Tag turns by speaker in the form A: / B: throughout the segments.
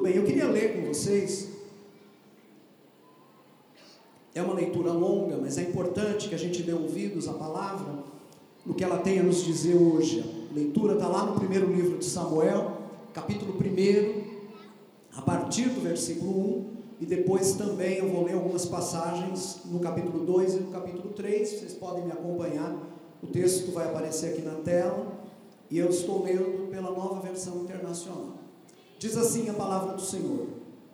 A: bem, eu queria ler com vocês. É uma leitura longa, mas é importante que a gente dê ouvidos à palavra, no que ela tem a nos dizer hoje. A leitura está lá no primeiro livro de Samuel, capítulo 1, a partir do versículo 1, e depois também eu vou ler algumas passagens no capítulo 2 e no capítulo 3, vocês podem me acompanhar, o texto vai aparecer aqui na tela, e eu estou lendo pela Nova Versão Internacional. Diz assim a palavra do Senhor: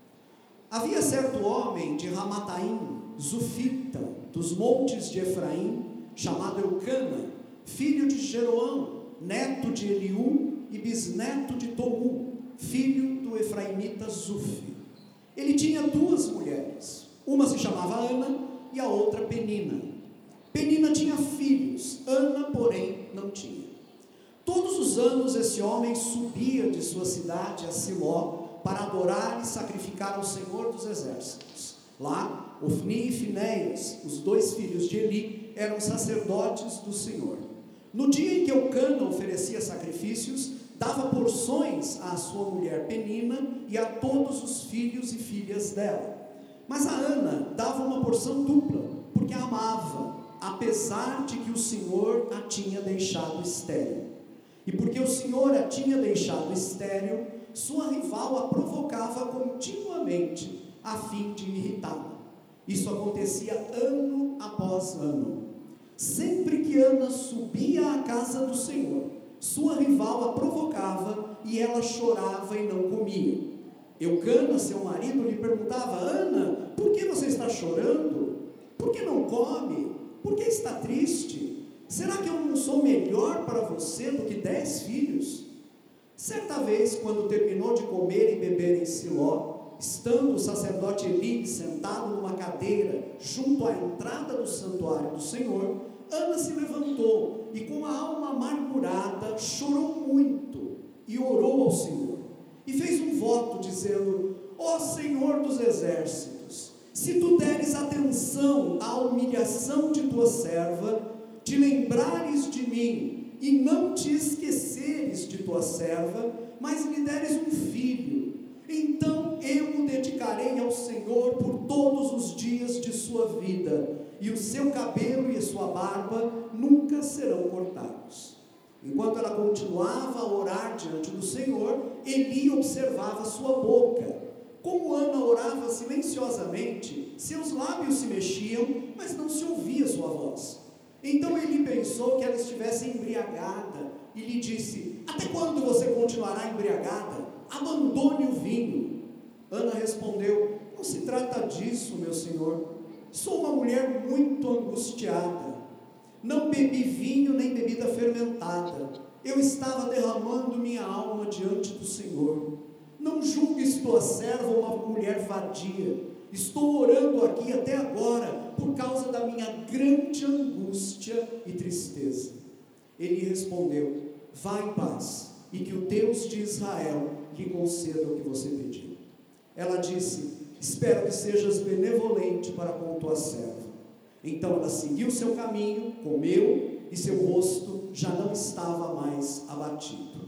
A: havia certo homem de Ramataim, Zufita, dos montes de Efraim, chamado Eucana, filho de Jeroão, neto de Eliú e bisneto de Tomu, filho do efraimita Zufi. Ele tinha 2 mulheres, uma se chamava Ana e a outra Penina. Penina tinha filhos, Ana, porém, não tinha. Todos os anos esse homem subia de sua cidade a Siló para adorar e sacrificar ao Senhor dos Exércitos. Lá, Ofni e Finéias, os 2 filhos de Eli, eram sacerdotes do Senhor. No dia em que Eucana oferecia sacrifícios, dava porções à sua mulher Penina e a todos os filhos e filhas dela. Mas a Ana dava uma porção dupla, porque a amava, apesar de que o Senhor a tinha deixado estéril. E porque o Senhor a tinha deixado estéril, sua rival a provocava continuamente, a fim de irritá-la. Isso acontecia ano após ano. Sempre que Ana subia à casa do Senhor, sua rival a provocava e ela chorava e não comia. Eucana, seu marido, lhe perguntava: Ana, por que você está chorando? Por que não come? Por que está triste? Será que eu não sou melhor para você do que 10 filhos? Certa vez, quando terminou de comer e beber em Siló, estando o sacerdote Eli sentado numa cadeira junto à entrada do santuário do Senhor, Ana se levantou e com a alma amargurada chorou muito e orou ao Senhor. E fez um voto dizendo: ó Senhor dos exércitos, se tu deres atenção à humilhação de tua serva, te lembrares de mim e não te esqueceres de tua serva, mas lhe deres um filho, então eu o dedicarei ao Senhor por todos os dias de sua vida, e o seu cabelo e a sua barba nunca serão cortados. Enquanto ela continuava a orar diante do Senhor, Eli observava sua boca. Como Ana orava silenciosamente, seus lábios se mexiam, mas não se ouvia sua voz. Então Eli pensou que ela estivesse embriagada e lhe disse: até quando você continuará embriagada? Abandone o vinho. Ana respondeu: não se trata disso, meu senhor. Sou uma mulher muito angustiada. Não bebi vinho nem bebida fermentada. Eu estava derramando minha alma diante do Senhor. Não julgues tua serva uma mulher vadia. Estou orando aqui até agora por causa da minha grande angústia e tristeza. Ele respondeu: vá em paz, e que o Deus de Israel lhe conceda o que você pediu. Ela disse: espero que sejas benevolente para com tua serva. Então ela seguiu seu caminho, comeu, e seu rosto já não estava mais abatido.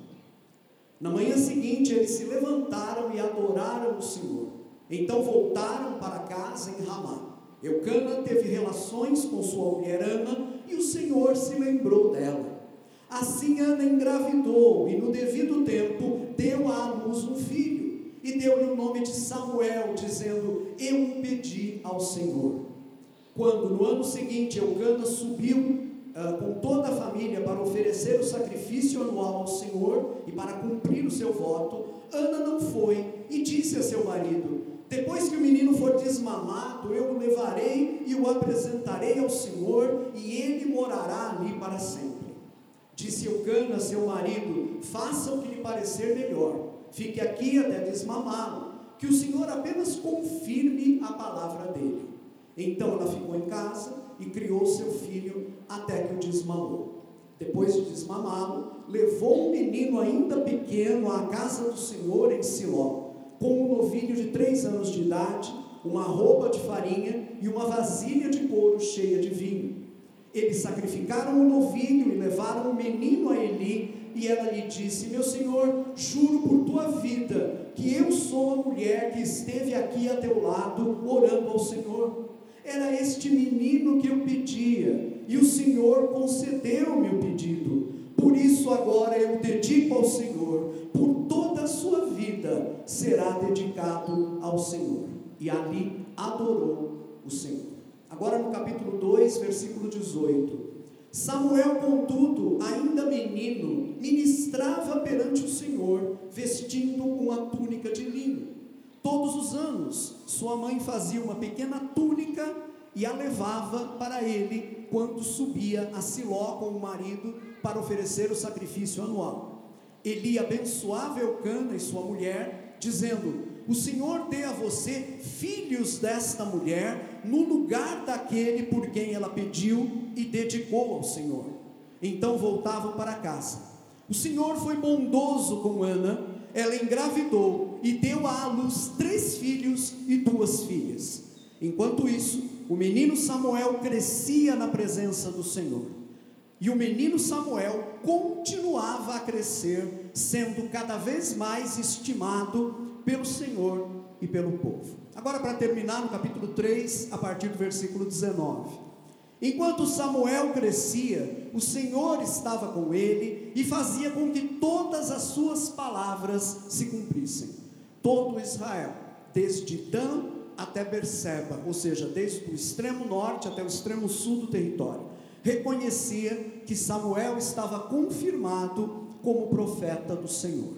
A: Na manhã seguinte eles se levantaram e adoraram o Senhor. Então voltaram para casa em Ramá. Eucana teve relações com sua mulher Ana, e o Senhor se lembrou dela. Assim Ana engravidou, e no devido tempo deu à luz um filho, e deu-lhe o nome de Samuel, dizendo: eu o pedi ao Senhor. Quando no ano seguinte Eucana subiu com toda a família para oferecer o sacrifício anual ao Senhor e para cumprir o seu voto, Ana não foi e disse a seu marido: depois que o menino for desmamado, eu o levarei e o apresentarei ao Senhor, e ele morará ali para sempre. Disse Eucana a seu marido: faça o que lhe parecer melhor, fique aqui até desmamá-lo, que o Senhor apenas confirme a palavra dele. Então ela ficou em casa e criou seu filho até que o desmamou. Depois de desmamá-lo, levou um menino ainda pequeno à casa do Senhor em Siló, com um novilho de 3 anos de idade, uma arroba de farinha e uma vasilha de couro cheia de vinho. Eles sacrificaram o novilho e levaram o menino a Eli, e ela lhe disse: meu senhor, juro por tua vida, que eu sou a mulher que esteve aqui a teu lado orando ao Senhor. Era este menino que eu pedia, e o Senhor concedeu-me o pedido. Por isso agora eu dedico ao Senhor, por toda a sua vida será dedicado ao Senhor. E ali adorou o Senhor. Agora no capítulo 2, versículo 18. Samuel, contudo, ainda menino, ministrava perante o Senhor, vestindo uma túnica de linho. Todos os anos, sua mãe fazia uma pequena túnica e a levava para ele quando subia a Siló com o marido para oferecer o sacrifício anual. Eli abençoava Eucana e sua mulher, dizendo: o Senhor dê a você filhos desta mulher, no lugar daquele por quem ela pediu e dedicou ao Senhor. Então voltavam para casa. O Senhor foi bondoso com Ana, ela engravidou e deu à luz 3 filhos e 2 filhas. Enquanto isso, o menino Samuel crescia na presença do Senhor. E o menino Samuel continuava a crescer, sendo cada vez mais estimado pelo Senhor e pelo povo. Agora, para terminar, no capítulo 3, a partir do versículo 19. Enquanto Samuel crescia, o Senhor estava com ele e fazia com que todas as suas palavras se cumprissem. Todo Israel, desde Dan até Berseba, ou seja, desde o extremo norte até o extremo sul do território, reconhecia que Samuel estava confirmado como profeta do Senhor.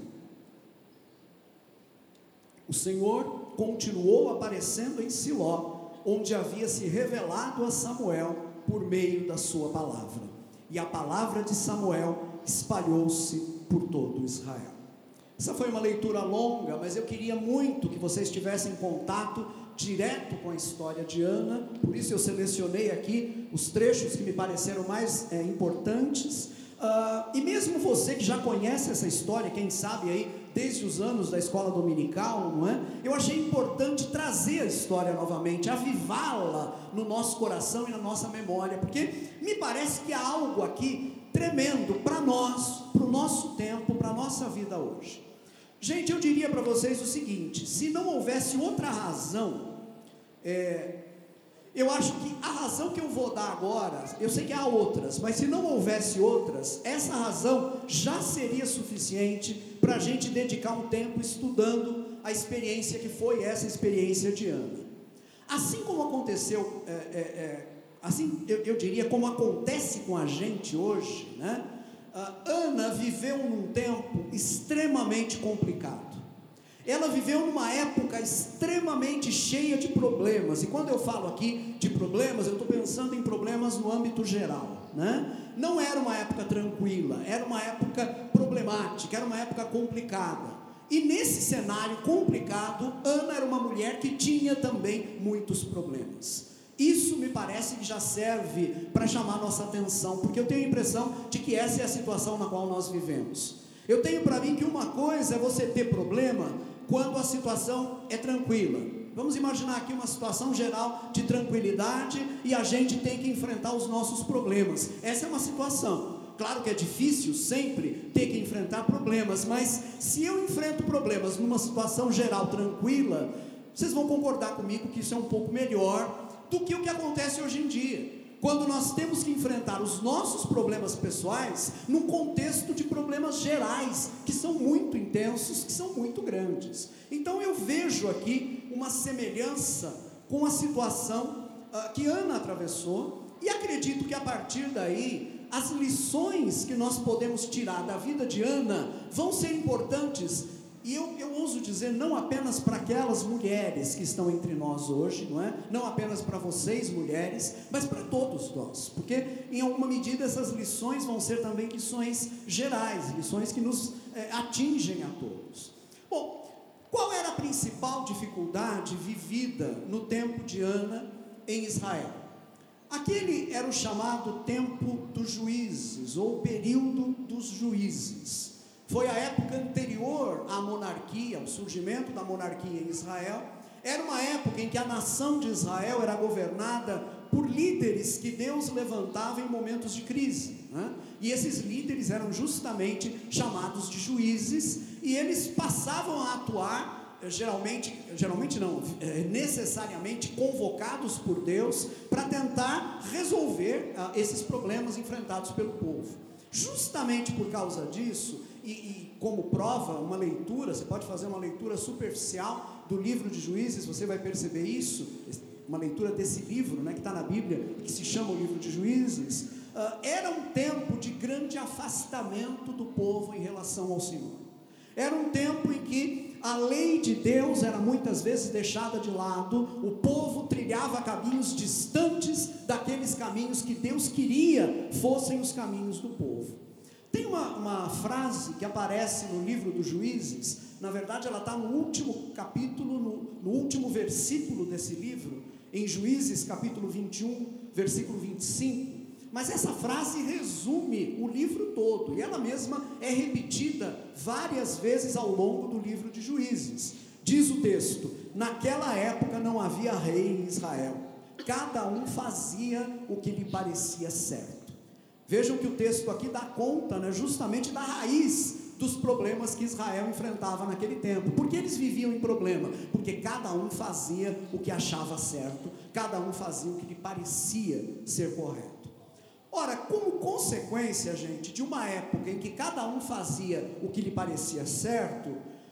A: O Senhor continuou aparecendo em Siló, onde havia se revelado a Samuel por meio da sua palavra. E a palavra de Samuel espalhou-se por todo Israel. Essa foi uma leitura longa, mas eu queria muito que vocês tivessem contato direto com a história de Ana, por isso eu selecionei aqui os trechos que me pareceram mais importantes, e mesmo você que já conhece essa história, quem sabe aí, desde os anos da escola dominical, não é? Eu achei importante trazer a história novamente, avivá-la no nosso coração e na nossa memória, porque me parece que há algo aqui tremendo para nós, para o nosso tempo, para a nossa vida hoje. Gente, eu diria para vocês o seguinte: se não houvesse outra razão, eu acho que a razão que eu vou dar agora, eu sei que há outras, mas se não houvesse outras, essa razão já seria suficiente para a gente dedicar um tempo estudando a experiência que foi essa experiência de Ana. Assim como aconteceu, eu diria como acontece com a gente hoje, né? Ana viveu num tempo extremamente complicado. Ela viveu numa época extremamente cheia de problemas, e quando eu falo aqui de problemas, eu estou pensando em problemas no âmbito geral, né? Não era uma época tranquila, era uma época problemática, era uma época complicada, e nesse cenário complicado, Ana era uma mulher que tinha também muitos problemas. Isso me parece que já serve para chamar nossa atenção, porque eu tenho a impressão de que essa é a situação na qual nós vivemos. Eu tenho para mim que uma coisa é você ter problema quando a situação é tranquila. Vamos imaginar aqui uma situação geral de tranquilidade e a gente tem que enfrentar os nossos problemas. Essa é uma situação. Claro que é difícil sempre ter que enfrentar problemas, mas se eu enfrento problemas numa situação geral tranquila, vocês vão concordar comigo que isso é um pouco melhor do que o que acontece hoje em dia, quando nós temos que enfrentar os nossos problemas pessoais num contexto de problemas gerais, que são muito intensos, que são muito grandes. Então eu vejo aqui uma semelhança com a situação que Ana atravessou, e acredito que a partir daí, as lições que nós podemos tirar da vida de Ana vão ser importantes. E eu ouso dizer, não apenas para aquelas mulheres que estão entre nós hoje, não é? Não apenas para vocês, mulheres, mas para todos nós, porque em alguma medida essas lições vão ser também lições gerais, lições que nos atingem a todos. Bom, qual era a principal dificuldade vivida no tempo de Ana em Israel? Aquele era o chamado tempo dos juízes, ou período dos juízes. Foi a época anterior à monarquia, ao surgimento da monarquia em Israel. Era uma época em que a nação de Israel era governada por líderes que Deus levantava em momentos de crise, né? E esses líderes eram justamente chamados de juízes, e eles passavam a atuar, necessariamente convocados por Deus, para tentar resolver esses problemas enfrentados pelo povo. Justamente por causa disso, e como prova, uma leitura, você pode fazer uma leitura superficial do livro de Juízes, você vai perceber isso, uma leitura desse livro, que está na Bíblia, que se chama o livro de Juízes. Era um tempo de grande afastamento do povo em relação ao Senhor. Era um tempo em que a lei de Deus era muitas vezes deixada de lado, o povo trilhava caminhos distantes daqueles caminhos que Deus queria fossem os caminhos do povo. Tem uma frase que aparece no livro dos Juízes, na verdade ela está no último capítulo, no último versículo desse livro, em Juízes capítulo 21, versículo 25, mas essa frase resume o livro todo, e ela mesma é repetida várias vezes ao longo do livro de Juízes. Diz o texto: naquela época não havia rei em Israel, cada um fazia o que lhe parecia certo. Vejam que o texto aqui dá conta, justamente da raiz dos problemas que Israel enfrentava naquele tempo. Por que eles viviam em problema? Porque cada um fazia o que achava certo, cada um fazia o que lhe parecia ser correto. Ora, como consequência, gente, de uma época em que cada um fazia o que lhe parecia certo,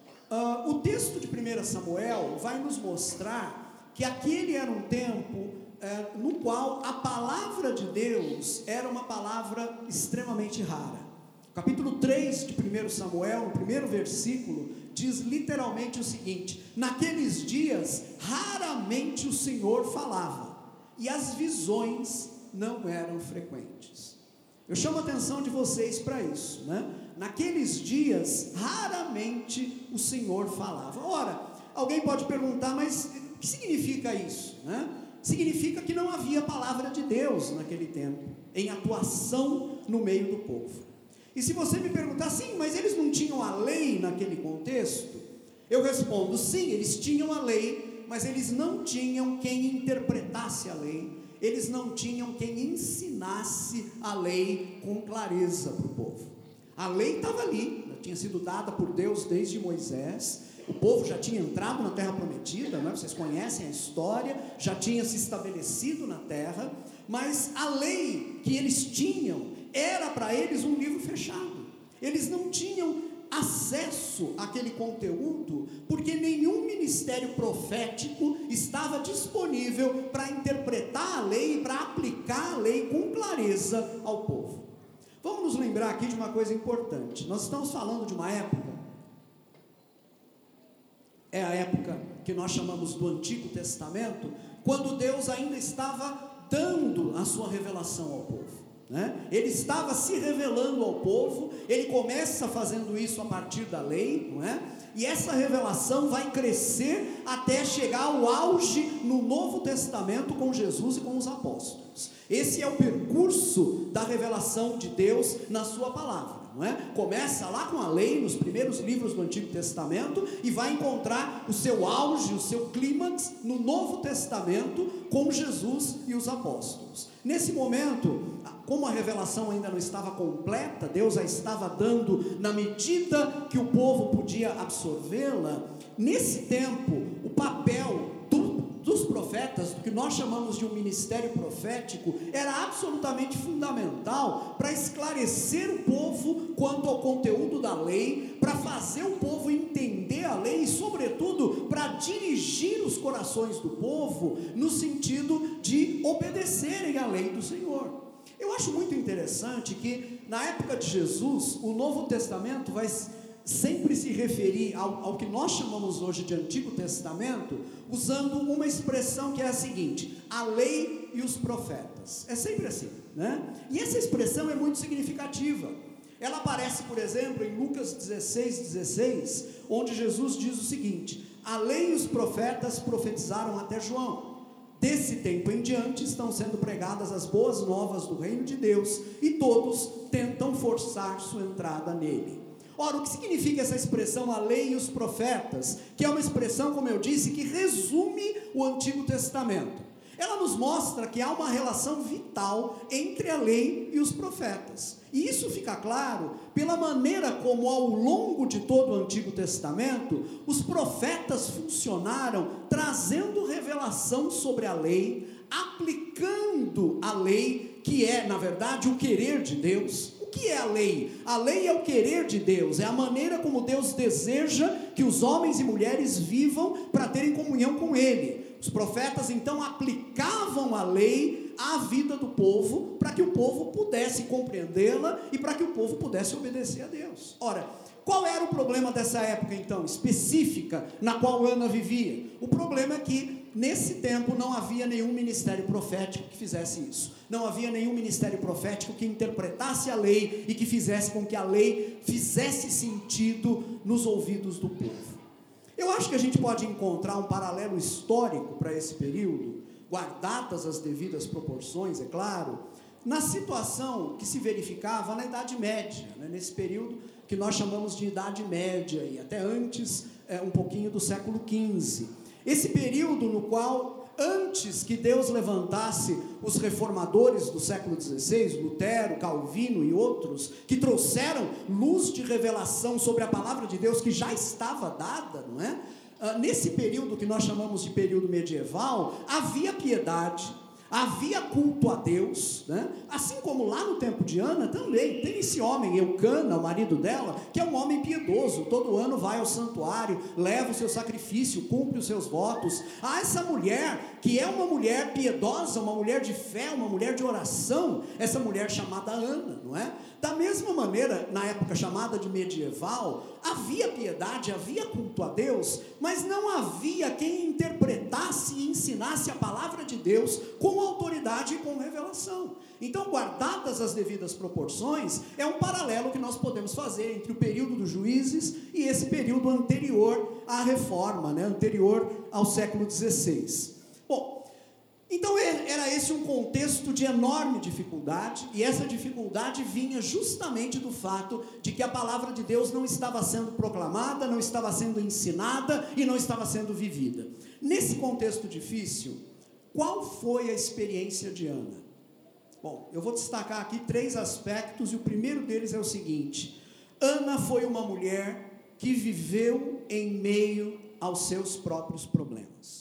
A: o texto de 1 Samuel vai nos mostrar que aquele era um tempo no qual a palavra de Deus era uma palavra extremamente rara. Capítulo 3 de 1 Samuel, no primeiro versículo, diz literalmente o seguinte: naqueles dias raramente o Senhor falava, e as visões não eram frequentes. Eu chamo a atenção de vocês para isso, Naqueles dias raramente o Senhor falava. Ora, alguém pode perguntar, mas o que significa isso, Significa que não havia palavra de Deus naquele tempo, em atuação no meio do povo. E se você me perguntar, sim, mas eles não tinham a lei naquele contexto? Eu respondo, sim, eles tinham a lei, mas eles não tinham quem interpretasse a lei, eles não tinham quem ensinasse a lei com clareza para o povo. A lei estava ali, tinha sido dada por Deus desde Moisés, o povo já tinha entrado na terra prometida, vocês conhecem a história, já tinha se estabelecido na terra, mas a lei que eles tinham era para eles um livro fechado. Eles não tinham acesso àquele conteúdo, porque nenhum ministério profético estava disponível para interpretar a lei, para aplicar a lei com clareza ao povo. Vamos nos lembrar aqui de uma coisa importante. Nós estamos falando de uma época, é a época que nós chamamos do Antigo Testamento, quando Deus ainda estava dando a sua revelação ao povo. Ele estava se revelando ao povo, ele começa fazendo isso a partir da lei, e essa revelação vai crescer até chegar ao auge no Novo Testamento com Jesus e com os apóstolos. Esse é o percurso da revelação de Deus na sua palavra. Começa lá com a lei, nos primeiros livros do Antigo Testamento, e vai encontrar o seu auge, o seu clímax no Novo Testamento com Jesus e os apóstolos. Nesse momento, como a revelação ainda não estava completa, Deus a estava dando na medida que o povo podia absorvê-la. Nesse tempo, o papel dos profetas, do que nós chamamos de um ministério profético, era absolutamente fundamental para esclarecer o povo quanto ao conteúdo da lei, para fazer o povo entender a lei e, sobretudo, para dirigir os corações do povo no sentido de obedecerem à lei do Senhor. Eu acho muito interessante que, na época de Jesus, o Novo Testamento vai sempre se referir ao que nós chamamos hoje de Antigo Testamento, usando uma expressão que é a seguinte: a lei e os profetas. É sempre assim, E essa expressão é muito significativa. Ela aparece, por exemplo, em Lucas 16, onde Jesus diz o seguinte: a lei e os profetas profetizaram até João. Desse tempo em diante estão sendo pregadas as boas novas do reino de Deus, e todos tentam forçar sua entrada nele. Ora, o que significa essa expressão, a lei e os profetas? Que é uma expressão, como eu disse, que resume o Antigo Testamento. ela nos mostra que há uma relação vital entre a lei e os profetas. E isso fica claro pela maneira como, ao longo de todo o Antigo Testamento, os profetas funcionaram trazendo revelação sobre a lei, aplicando a lei, que é, na verdade, o querer de Deus. O que é a lei? A lei é o querer de Deus, é a maneira como Deus deseja que os homens e mulheres vivam para terem comunhão com Ele. Os profetas, então, aplicavam a lei à vida do povo, para que o povo pudesse compreendê-la e para que o povo pudesse obedecer a Deus. Ora, qual era o problema dessa época, então, específica, na qual Ana vivia? O problema é que, nesse tempo, não havia nenhum ministério profético que fizesse isso. Não havia nenhum ministério profético que interpretasse a lei e que fizesse com que a lei fizesse sentido nos ouvidos do povo. Eu acho que a gente pode encontrar um paralelo histórico para esse período, guardadas as devidas proporções, é claro, na situação que se verificava na Idade Média, né, nesse período que nós chamamos de Idade Média, e até antes, um pouquinho do século XV. Esse período no qual, antes que Deus levantasse os reformadores do século XVI, Lutero, Calvino e outros, que trouxeram luz de revelação sobre a palavra de Deus que já estava dada, não é? Nesse período que nós chamamos de período medieval, havia piedade, havia culto a Deus, né? Assim como lá no tempo de Ana também, tem esse homem, Eucana, o marido dela, que é um homem piedoso, todo ano vai ao santuário, leva o seu sacrifício, cumpre os seus votos. Há essa mulher, que é uma mulher piedosa, uma mulher de fé, uma mulher de oração, essa mulher chamada Ana, não é? Da mesma maneira, na época chamada de medieval, havia piedade, havia culto a Deus, mas não havia quem interpretasse e ensinasse a palavra de Deus com autoridade e com revelação. Então, guardadas as devidas proporções, é um paralelo que nós podemos fazer entre o período dos juízes e esse período anterior à reforma, né? Anterior ao século XVI. Bom, então era esse um contexto de enorme dificuldade, e essa dificuldade vinha justamente do fato de que a palavra de Deus não estava sendo proclamada, não estava sendo ensinada e não estava sendo vivida. Nesse contexto difícil, qual foi a experiência de Ana? Bom, eu vou destacar aqui 3 aspectos, e o primeiro deles é o seguinte: Ana foi uma mulher que viveu em meio aos seus próprios problemas.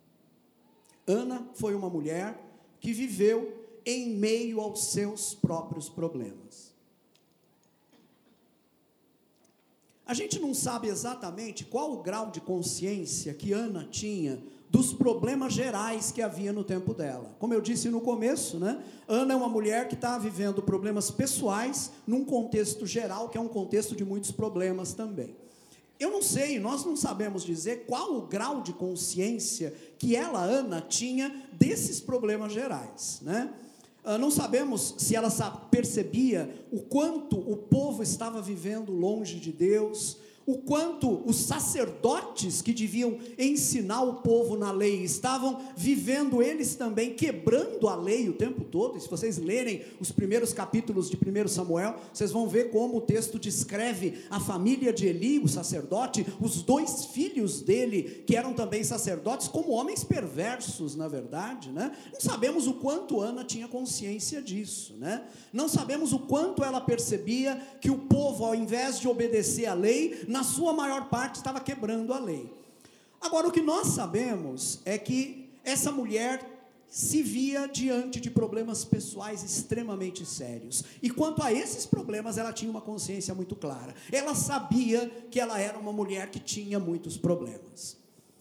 A: Ana foi uma mulher que viveu em meio aos seus próprios problemas. A gente não sabe exatamente qual o grau de consciência que Ana tinha dos problemas gerais que havia no tempo dela. Como eu disse no começo, né? Ana é uma mulher que está vivendo problemas pessoais num contexto geral, que é um contexto de muitos problemas também. Eu não sei, nós não sabemos dizer qual o grau de consciência que ela, Ana, tinha desses problemas gerais, né? Não sabemos se ela percebia o quanto o povo estava vivendo longe de Deus, o quanto os sacerdotes que deviam ensinar o povo na lei estavam vivendo eles também, quebrando a lei o tempo todo. E se vocês lerem os primeiros capítulos de 1 Samuel, vocês vão ver como o texto descreve a família de Eli, o sacerdote, os 2 filhos dele, que eram também sacerdotes, como homens perversos, na verdade, né? Não sabemos o quanto Ana tinha consciência disso, né? Não sabemos o quanto ela percebia que o povo, ao invés de obedecer a lei, na sua maior parte estava quebrando a lei. Agora, o que nós sabemos é que essa mulher se via diante de problemas pessoais extremamente sérios, e quanto a esses problemas ela tinha uma consciência muito clara. Ela sabia que ela era uma mulher que tinha muitos problemas.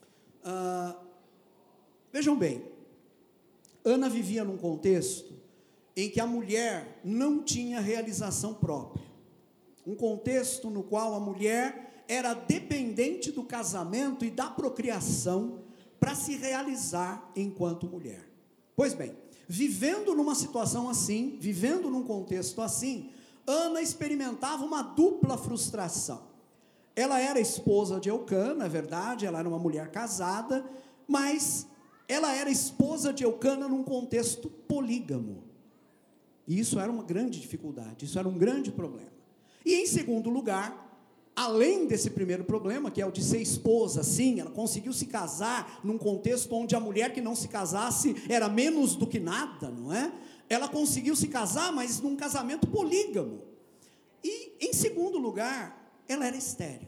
A: Vejam bem, Ana vivia num contexto em que a mulher não tinha realização própria, um contexto no qual a mulher era dependente do casamento e da procriação para se realizar enquanto mulher. Pois bem, vivendo numa situação assim, vivendo num contexto assim, Ana experimentava uma dupla frustração. Ela era esposa de Eucana, é verdade, ela era uma mulher casada, mas ela era esposa de Eucana num contexto polígamo. E isso era uma grande dificuldade, isso era um grande problema. E em segundo lugar, além desse primeiro problema, que é o de ser esposa, sim, ela conseguiu se casar num contexto onde a mulher que não se casasse era menos do que nada, não é? Ela conseguiu se casar, mas num casamento polígamo. E, em segundo lugar, ela era estéril.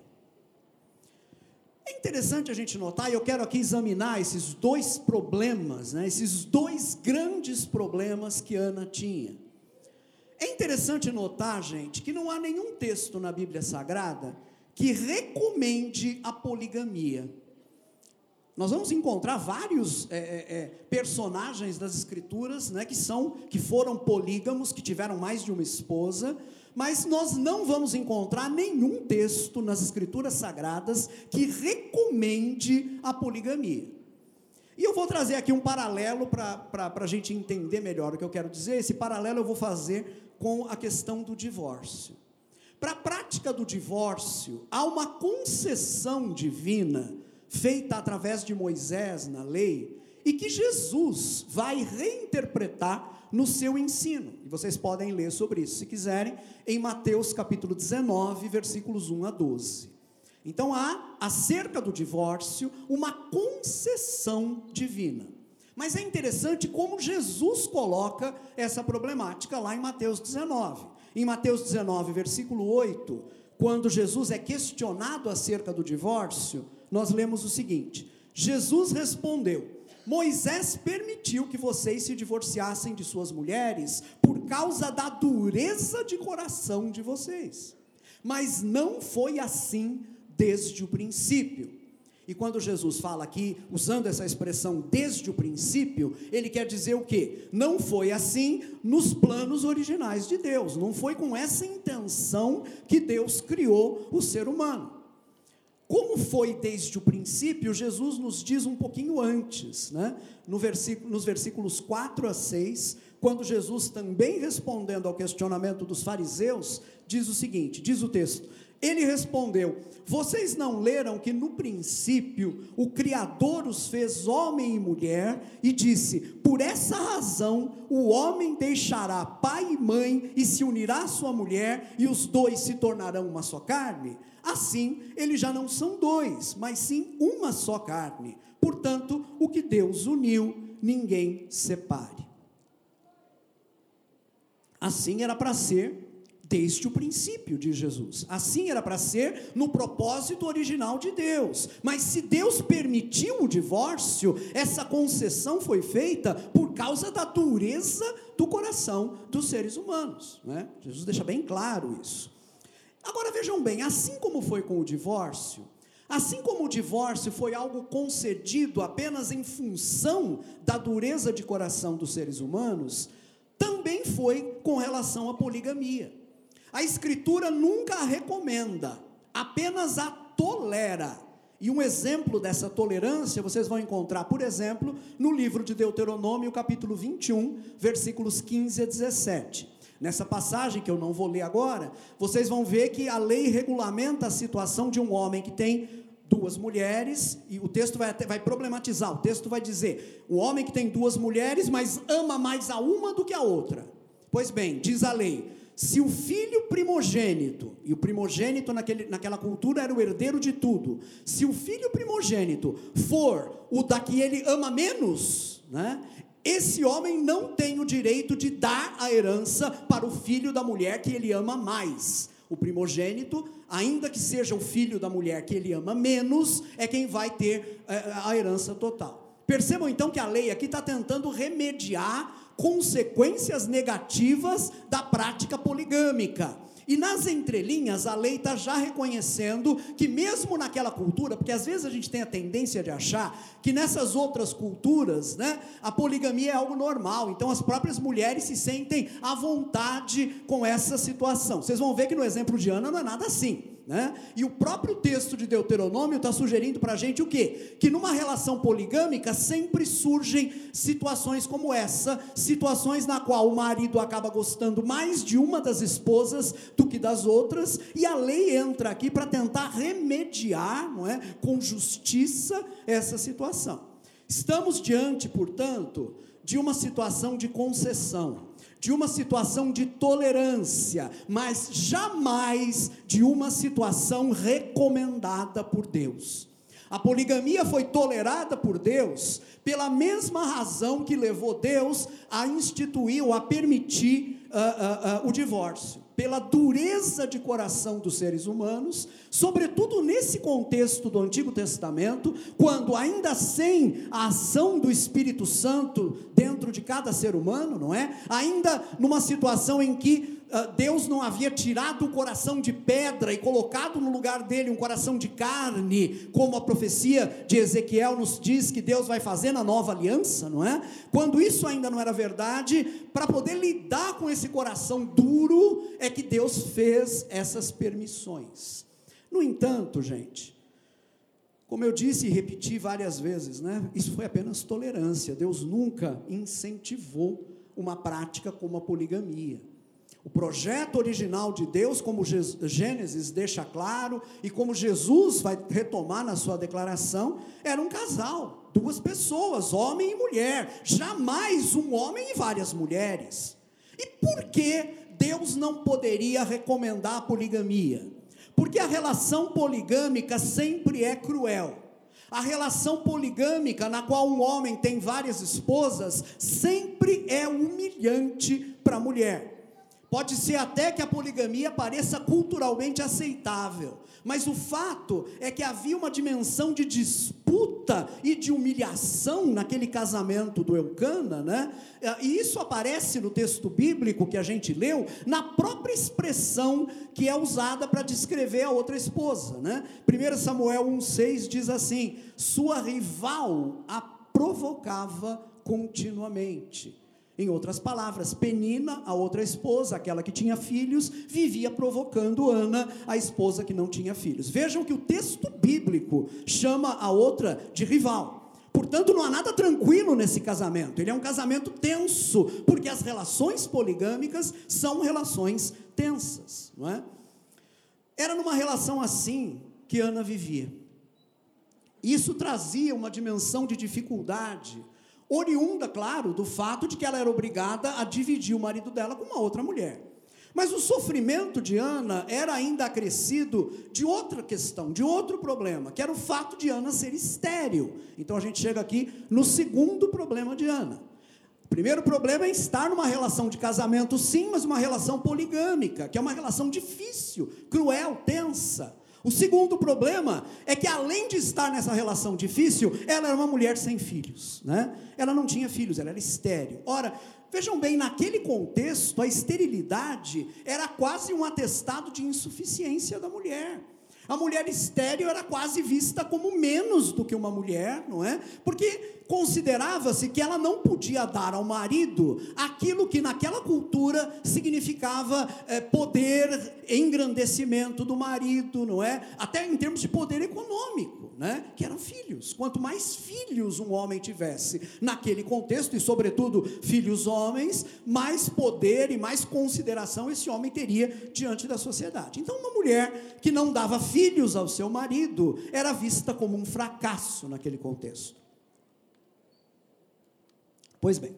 A: É interessante a gente notar, e eu quero aqui examinar esses dois problemas, né, esses dois grandes problemas que Ana tinha. É interessante notar, gente, que não há nenhum texto na Bíblia Sagrada que recomende a poligamia. Nós vamos encontrar vários personagens das Escrituras, né, que foram polígamos, que tiveram mais de uma esposa, mas nós não vamos encontrar nenhum texto nas Escrituras Sagradas que recomende a poligamia. E eu vou trazer aqui um paralelo para a gente entender melhor o que eu quero dizer. Esse paralelo eu vou fazer com a questão do divórcio. Para a prática do divórcio, há uma concessão divina feita através de Moisés na lei, e que Jesus vai reinterpretar no seu ensino. E vocês podem ler sobre isso, se quiserem, em Mateus capítulo 19, versículos 1 a 12. Então há, acerca do divórcio, uma concessão divina. Mas é interessante como Jesus coloca essa problemática lá em Mateus 19. Em Mateus 19, versículo 8, quando Jesus é questionado acerca do divórcio, nós lemos o seguinte: Jesus respondeu: Moisés permitiu que vocês se divorciassem de suas mulheres por causa da dureza de coração de vocês. Mas não foi assim desde o princípio. E quando Jesus fala aqui, usando essa expressão desde o princípio, ele quer dizer o quê? Não foi assim nos planos originais de Deus, não foi com essa intenção que Deus criou o ser humano. Como foi desde o princípio, Jesus nos diz um pouquinho antes, né? Nos versículos 4 a 6, quando Jesus, também respondendo ao questionamento dos fariseus, diz o seguinte, diz o texto: ele respondeu: vocês não leram que no princípio o Criador os fez homem e mulher, e disse: por essa razão o homem deixará pai e mãe e se unirá à sua mulher, e os dois se tornarão uma só carne? Assim, eles já não são dois, mas sim uma só carne. Portanto, o que Deus uniu, ninguém separe. Assim era para ser desde o princípio de Jesus. Assim era para ser no propósito original de Deus. Mas se Deus permitiu o divórcio, essa concessão foi feita por causa da dureza do coração dos seres humanos, né? Jesus deixa bem claro isso. Agora vejam bem, assim como foi com o divórcio, assim como o divórcio foi algo concedido apenas em função da dureza de coração dos seres humanos, também foi com relação à poligamia. A Escritura nunca a recomenda, apenas a tolera. E um exemplo dessa tolerância vocês vão encontrar, por exemplo, no livro de Deuteronômio, capítulo 21, versículos 15 a 17. Nessa passagem, que eu não vou ler agora, vocês vão ver que a lei regulamenta a situação de um homem que tem duas mulheres, e o texto vai problematizar, o texto vai dizer: o homem que tem duas mulheres, mas ama mais a uma do que a outra. Pois bem, diz a lei: se o filho primogênito, e o primogênito naquela cultura era o herdeiro de tudo, se o filho primogênito for o da que ele ama menos, né, esse homem não tem o direito de dar a herança para o filho da mulher que ele ama mais. O primogênito, ainda que seja o filho da mulher que ele ama menos, é quem vai ter a herança total. Percebam então que a lei aqui está tentando remediar consequências negativas da prática poligâmica. E nas entrelinhas a lei está já reconhecendo que mesmo naquela cultura, porque às vezes a gente tem a tendência de achar que nessas outras culturas, né, a poligamia é algo normal, então as próprias mulheres se sentem à vontade com essa situação. Vocês vão ver que no exemplo de Ana não é nada assim, né? E o próprio texto de Deuteronômio está sugerindo para a gente o quê? Que numa relação poligâmica sempre surgem situações como essa, situações na qual o marido acaba gostando mais de uma das esposas do que das outras, e a lei entra aqui para tentar remediar, não é, com justiça essa situação. Estamos diante, portanto, de uma situação de concessão, de uma situação de tolerância, mas jamais de uma situação recomendada por Deus. A poligamia foi tolerada por Deus pela mesma razão que levou Deus a instituir ou a permitir o divórcio, pela dureza de coração dos seres humanos, sobretudo nesse contexto do Antigo Testamento, quando ainda sem a ação do Espírito Santo dentro de cada ser humano, não é? Ainda numa situação em que Deus não havia tirado o coração de pedra e colocado no lugar dele um coração de carne, como a profecia de Ezequiel nos diz que Deus vai fazer na nova aliança, não é? Quando isso ainda não era verdade, para poder lidar com esse coração duro, é que Deus fez essas permissões. No entanto, gente, como eu disse e repeti várias vezes, né? Isso foi apenas tolerância. Deus nunca incentivou uma prática como a poligamia. O projeto original de Deus, como Gênesis deixa claro, e como Jesus vai retomar na sua declaração, era um casal, duas pessoas, homem e mulher, jamais um homem e várias mulheres. E por que Deus não poderia recomendar a poligamia? Porque a relação poligâmica sempre é cruel. A relação poligâmica, na qual um homem tem várias esposas, sempre é humilhante para a mulher. Pode ser até que a poligamia pareça culturalmente aceitável, mas o fato é que havia uma dimensão de disputa e de humilhação naquele casamento do Eucana, né? E isso aparece no texto bíblico que a gente leu, na própria expressão que é usada para descrever a outra esposa, né? 1 Samuel 1,6 diz assim: sua rival a provocava continuamente. Em outras palavras, Penina, a outra esposa, aquela que tinha filhos, vivia provocando Ana, a esposa que não tinha filhos. Vejam que o texto bíblico chama a outra de rival. Portanto, não há nada tranquilo nesse casamento. Ele é um casamento tenso, porque as relações poligâmicas são relações tensas, não é? Era numa relação assim que Ana vivia. Isso trazia uma dimensão de dificuldade, oriunda, claro, do fato de que ela era obrigada a dividir o marido dela com uma outra mulher. Mas o sofrimento de Ana era ainda acrescido de outra questão, de outro problema, que era o fato de Ana ser estéril. Então a gente chega aqui no segundo problema de Ana. O primeiro problema é estar numa relação de casamento, sim, mas uma relação poligâmica, que é uma relação difícil, cruel, tensa. O segundo problema é que, além de estar nessa relação difícil, ela era uma mulher sem filhos, né? Ela não tinha filhos, ela era estéril. Ora, vejam bem, naquele contexto, a esterilidade era quase um atestado de insuficiência da mulher. A mulher estéril era quase vista como menos do que uma mulher, não é? Porque considerava-se que ela não podia dar ao marido aquilo que naquela cultura significava poder, engrandecimento do marido, não é? Até em termos de poder econômico, né? Que eram filhos. Quanto mais filhos um homem tivesse naquele contexto, e sobretudo filhos homens, mais poder e mais consideração esse homem teria diante da sociedade. Então, uma mulher que não dava filhos ao seu marido era vista como um fracasso naquele contexto. Pois bem,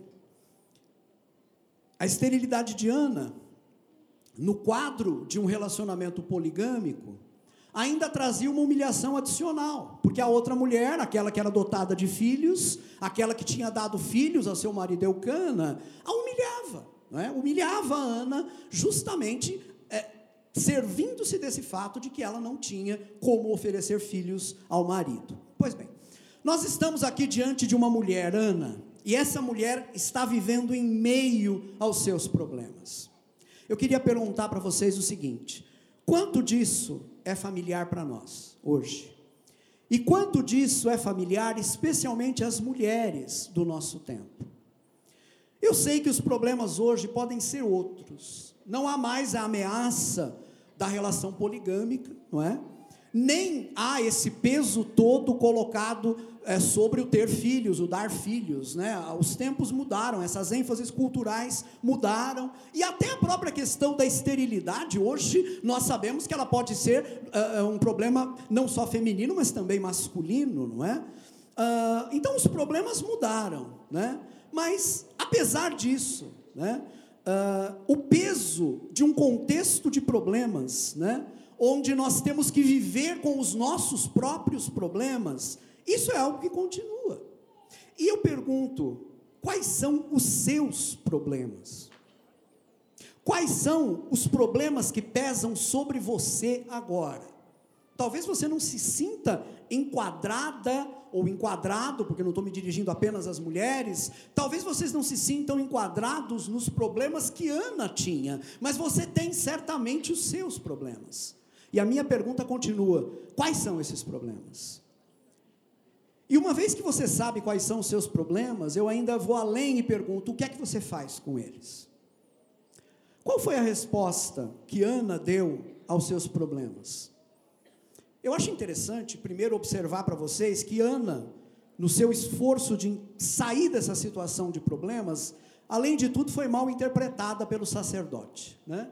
A: a esterilidade de Ana, no quadro de um relacionamento poligâmico, ainda trazia uma humilhação adicional, porque a outra mulher, aquela que era dotada de filhos, aquela que tinha dado filhos ao seu marido Eucana, a humilhava, não é? Humilhava a Ana justamente servindo-se desse fato de que ela não tinha como oferecer filhos ao marido. Pois bem, nós estamos aqui diante de uma mulher, Ana, e essa mulher está vivendo em meio aos seus problemas. Eu queria perguntar para vocês o seguinte: quanto disso é familiar para nós, hoje? E quanto disso é familiar, especialmente às mulheres do nosso tempo? Eu sei que os problemas hoje podem ser outros. Não há mais a ameaça da relação poligâmica, não é? Nem há esse peso todo colocado sobre o ter filhos, o dar filhos, né? Os tempos mudaram, essas ênfases culturais mudaram, e até a própria questão da esterilidade, hoje nós sabemos que ela pode ser um problema não só feminino, mas também masculino, não é? Então os problemas mudaram, né? Mas, apesar disso, né, o peso de um contexto de problemas, né, onde nós temos que viver com os nossos próprios problemas, isso é algo que continua. E eu pergunto, quais são os seus problemas? Quais são os problemas que pesam sobre você agora? Talvez você não se sinta enquadrada ou enquadrado, porque não estou me dirigindo apenas às mulheres, talvez vocês não se sintam enquadrados nos problemas que Ana tinha, mas você tem certamente os seus problemas. E a minha pergunta continua, quais são esses problemas? E uma vez que você sabe quais são os seus problemas, eu ainda vou além e pergunto, o que é que você faz com eles? Qual foi a resposta que Ana deu aos seus problemas? Eu acho interessante, primeiro, observar para vocês que Ana, no seu esforço de sair dessa situação de problemas, além de tudo, foi mal interpretada pelo sacerdote, né?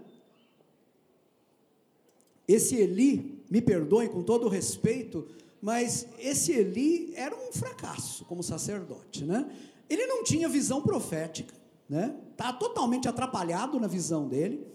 A: Esse Eli, me perdoem com todo o respeito, mas esse Eli era um fracasso como sacerdote, né? Ele não tinha visão profética, né? Está totalmente atrapalhado na visão dele.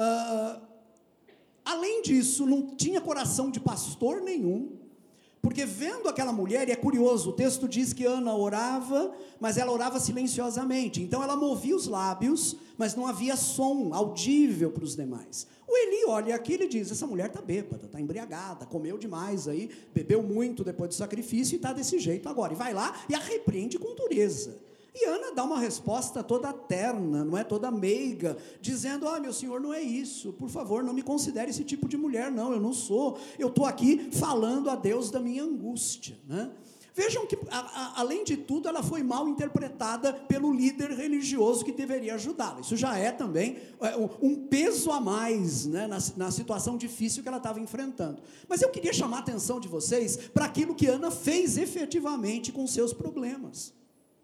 A: Além disso, não tinha coração de pastor nenhum, porque vendo aquela mulher, e é curioso, o texto diz que Ana orava, mas ela orava silenciosamente, então ela movia os lábios, mas não havia som audível para os demais. O Eli olha aquilo e diz, essa mulher está bêbada, está embriagada, comeu demais aí, bebeu muito depois do sacrifício e está desse jeito agora, e vai lá e a repreende com dureza. E Ana dá uma resposta toda terna, não é, toda meiga, dizendo, meu senhor, não é isso, por favor, não me considere esse tipo de mulher, não, eu não sou, eu estou aqui falando a Deus da minha angústia, né? Vejam que, além de tudo, ela foi mal interpretada pelo líder religioso que deveria ajudá-la, isso já é também um peso a mais, né, na situação difícil que ela estava enfrentando. Mas eu queria chamar a atenção de vocês para aquilo que Ana fez efetivamente com seus problemas.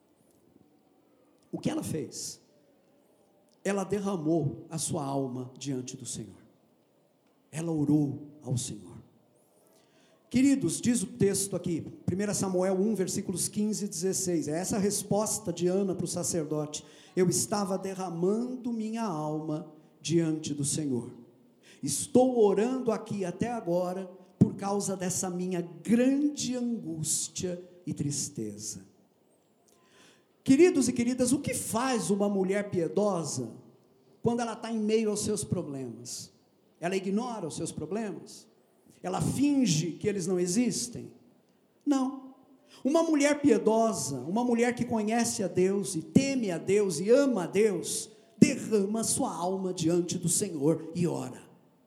A: O que ela fez? Ela derramou a sua alma diante do Senhor. Ela orou ao Senhor. Queridos, diz o texto aqui, 1 Samuel 1, versículos 15 e 16, é essa a resposta de Ana para o sacerdote. Eu estava derramando minha alma diante do Senhor. Estou orando aqui até agora por causa dessa minha grande angústia e tristeza. Queridos e queridas, o que faz uma mulher piedosa quando ela está em meio aos seus problemas? Ela ignora os seus problemas? Ela finge que eles não existem? Não. Uma mulher piedosa, uma mulher que conhece a Deus e teme a Deus e ama a Deus, derrama sua alma diante do Senhor e ora.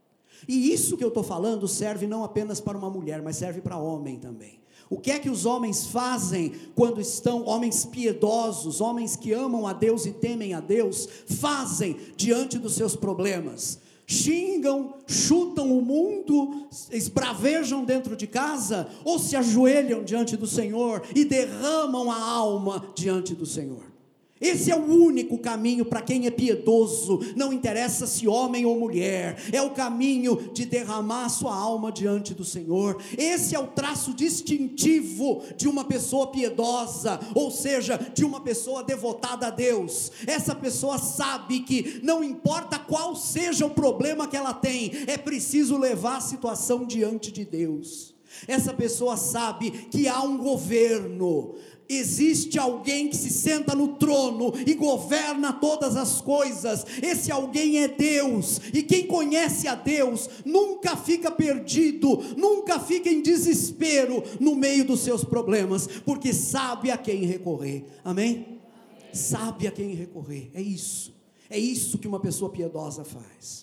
A: E isso que eu estou falando serve não apenas para uma mulher, mas serve para homem também. O que é que os homens fazem quando estão, homens piedosos, homens que amam a Deus e temem a Deus, fazem diante dos seus problemas? Xingam, chutam o mundo, esbravejam dentro de casa, ou se ajoelham diante do Senhor e derramam a alma diante do Senhor? Esse é o único caminho para quem é piedoso, não interessa se homem ou mulher, é o caminho de derramar sua alma diante do Senhor. Esse é o traço distintivo de uma pessoa piedosa, ou seja, de uma pessoa devotada a Deus. Essa pessoa sabe que não importa qual seja o problema que ela tem, é preciso levar a situação diante de Deus. Essa pessoa sabe que há um governo, existe alguém que se senta no trono e governa todas as coisas. Esse alguém é Deus, e quem conhece a Deus nunca fica perdido, nunca fica em desespero no meio dos seus problemas, porque sabe a quem recorrer. Amém? Sabe a quem recorrer. É isso que uma pessoa piedosa faz.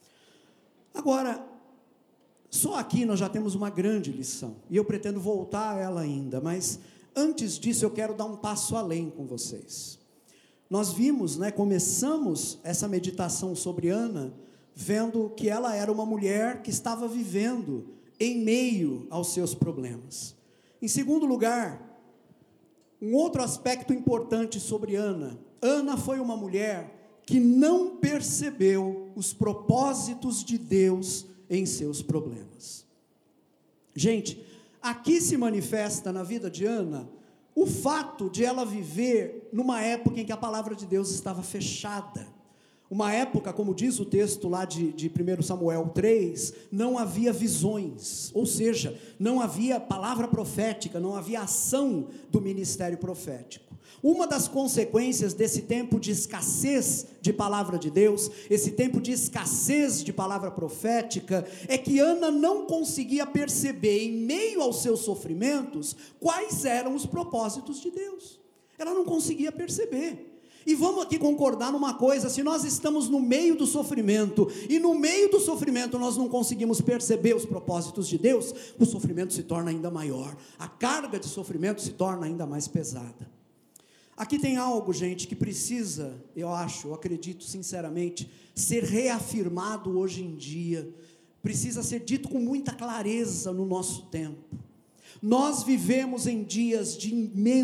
A: Agora, só aqui nós já temos uma grande lição, e eu pretendo voltar a ela ainda, mas antes disso eu quero dar um passo além com vocês. Nós vimos, começamos essa meditação sobre Ana, vendo que ela era uma mulher que estava vivendo em meio aos seus problemas. Em segundo lugar, um outro aspecto importante sobre Ana. Ana foi uma mulher que não percebeu os propósitos de Deus em seus problemas. Gente, aqui se manifesta na vida de Ana o fato de ela viver numa época em que a palavra de Deus estava fechada, Uma época, como diz o texto lá de 1 Samuel 3, não havia visões, ou seja, não havia palavra profética, não havia ação do ministério profético. Uma das consequências desse tempo de escassez de palavra de Deus, esse tempo de escassez de palavra profética, é que Ana não conseguia perceber, em meio aos seus sofrimentos, quais eram os propósitos de Deus. Ela não conseguia perceber. E vamos aqui concordar numa coisa: se nós estamos no meio do sofrimento, e no meio do sofrimento nós não conseguimos perceber os propósitos de Deus, o sofrimento se torna ainda maior, a carga de sofrimento se torna ainda mais pesada. Aqui tem algo, gente, que precisa, eu acredito sinceramente, ser reafirmado hoje em dia, precisa ser dito com muita clareza no nosso tempo. Nós vivemos em dias de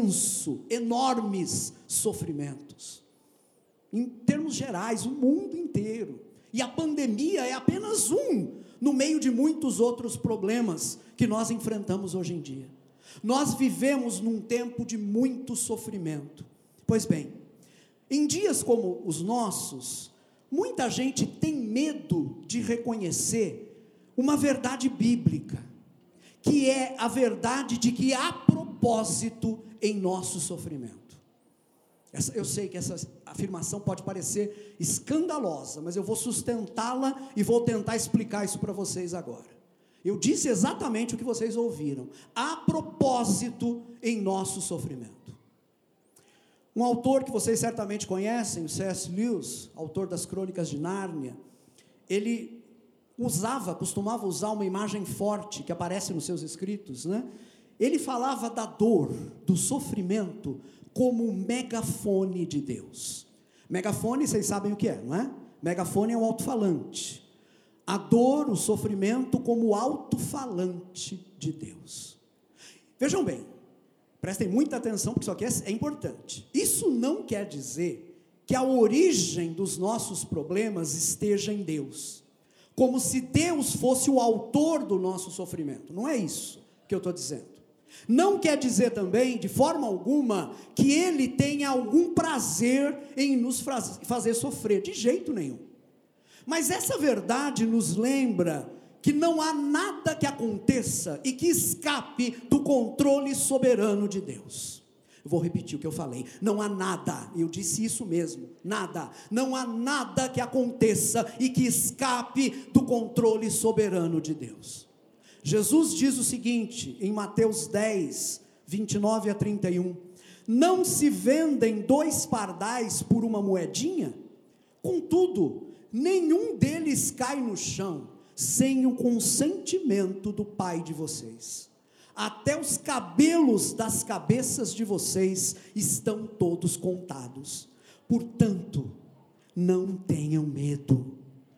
A: enormes sofrimentos, em termos gerais, o mundo inteiro, e a pandemia é apenas no meio de muitos outros problemas que nós enfrentamos hoje em dia. Nós vivemos num tempo de muito sofrimento. Pois bem, em dias como os nossos, muita gente tem medo de reconhecer uma verdade bíblica, que é a verdade de que há propósito em nosso sofrimento. Eu sei que essa afirmação pode parecer escandalosa, mas eu vou sustentá-la e vou tentar explicar isso para vocês agora. Eu disse exatamente o que vocês ouviram: há propósito em nosso sofrimento. Um autor que vocês certamente conhecem, o C.S. Lewis, autor das Crônicas de Nárnia, ele costumava usar uma imagem forte que aparece nos seus escritos, né? Ele falava da dor, do sofrimento, como um megafone de Deus. Megafone, vocês sabem o que é, não é? Megafone é um alto-falante. A dor, o sofrimento, como alto-falante de Deus. Vejam bem, prestem muita atenção, porque isso aqui é importante. Isso não quer dizer que a origem dos nossos problemas esteja em Deus, como se Deus fosse o autor do nosso sofrimento. Não é isso que eu estou dizendo. Não quer dizer também, de forma alguma, que Ele tenha algum prazer em nos fazer sofrer, de jeito nenhum. Mas essa verdade nos lembra que não há nada que aconteça e que escape do controle soberano de Deus. Eu vou repetir o que eu falei: não há nada, eu disse isso mesmo, nada, não há nada que aconteça e que escape do controle soberano de Deus. Jesus diz o seguinte, em Mateus 10, 29 a 31, não se vendem 2 pardais por uma moedinha? Contudo, nenhum deles cai no chão, sem o consentimento do Pai de vocês. Até os cabelos das cabeças de vocês estão todos contados. Portanto, não tenham medo,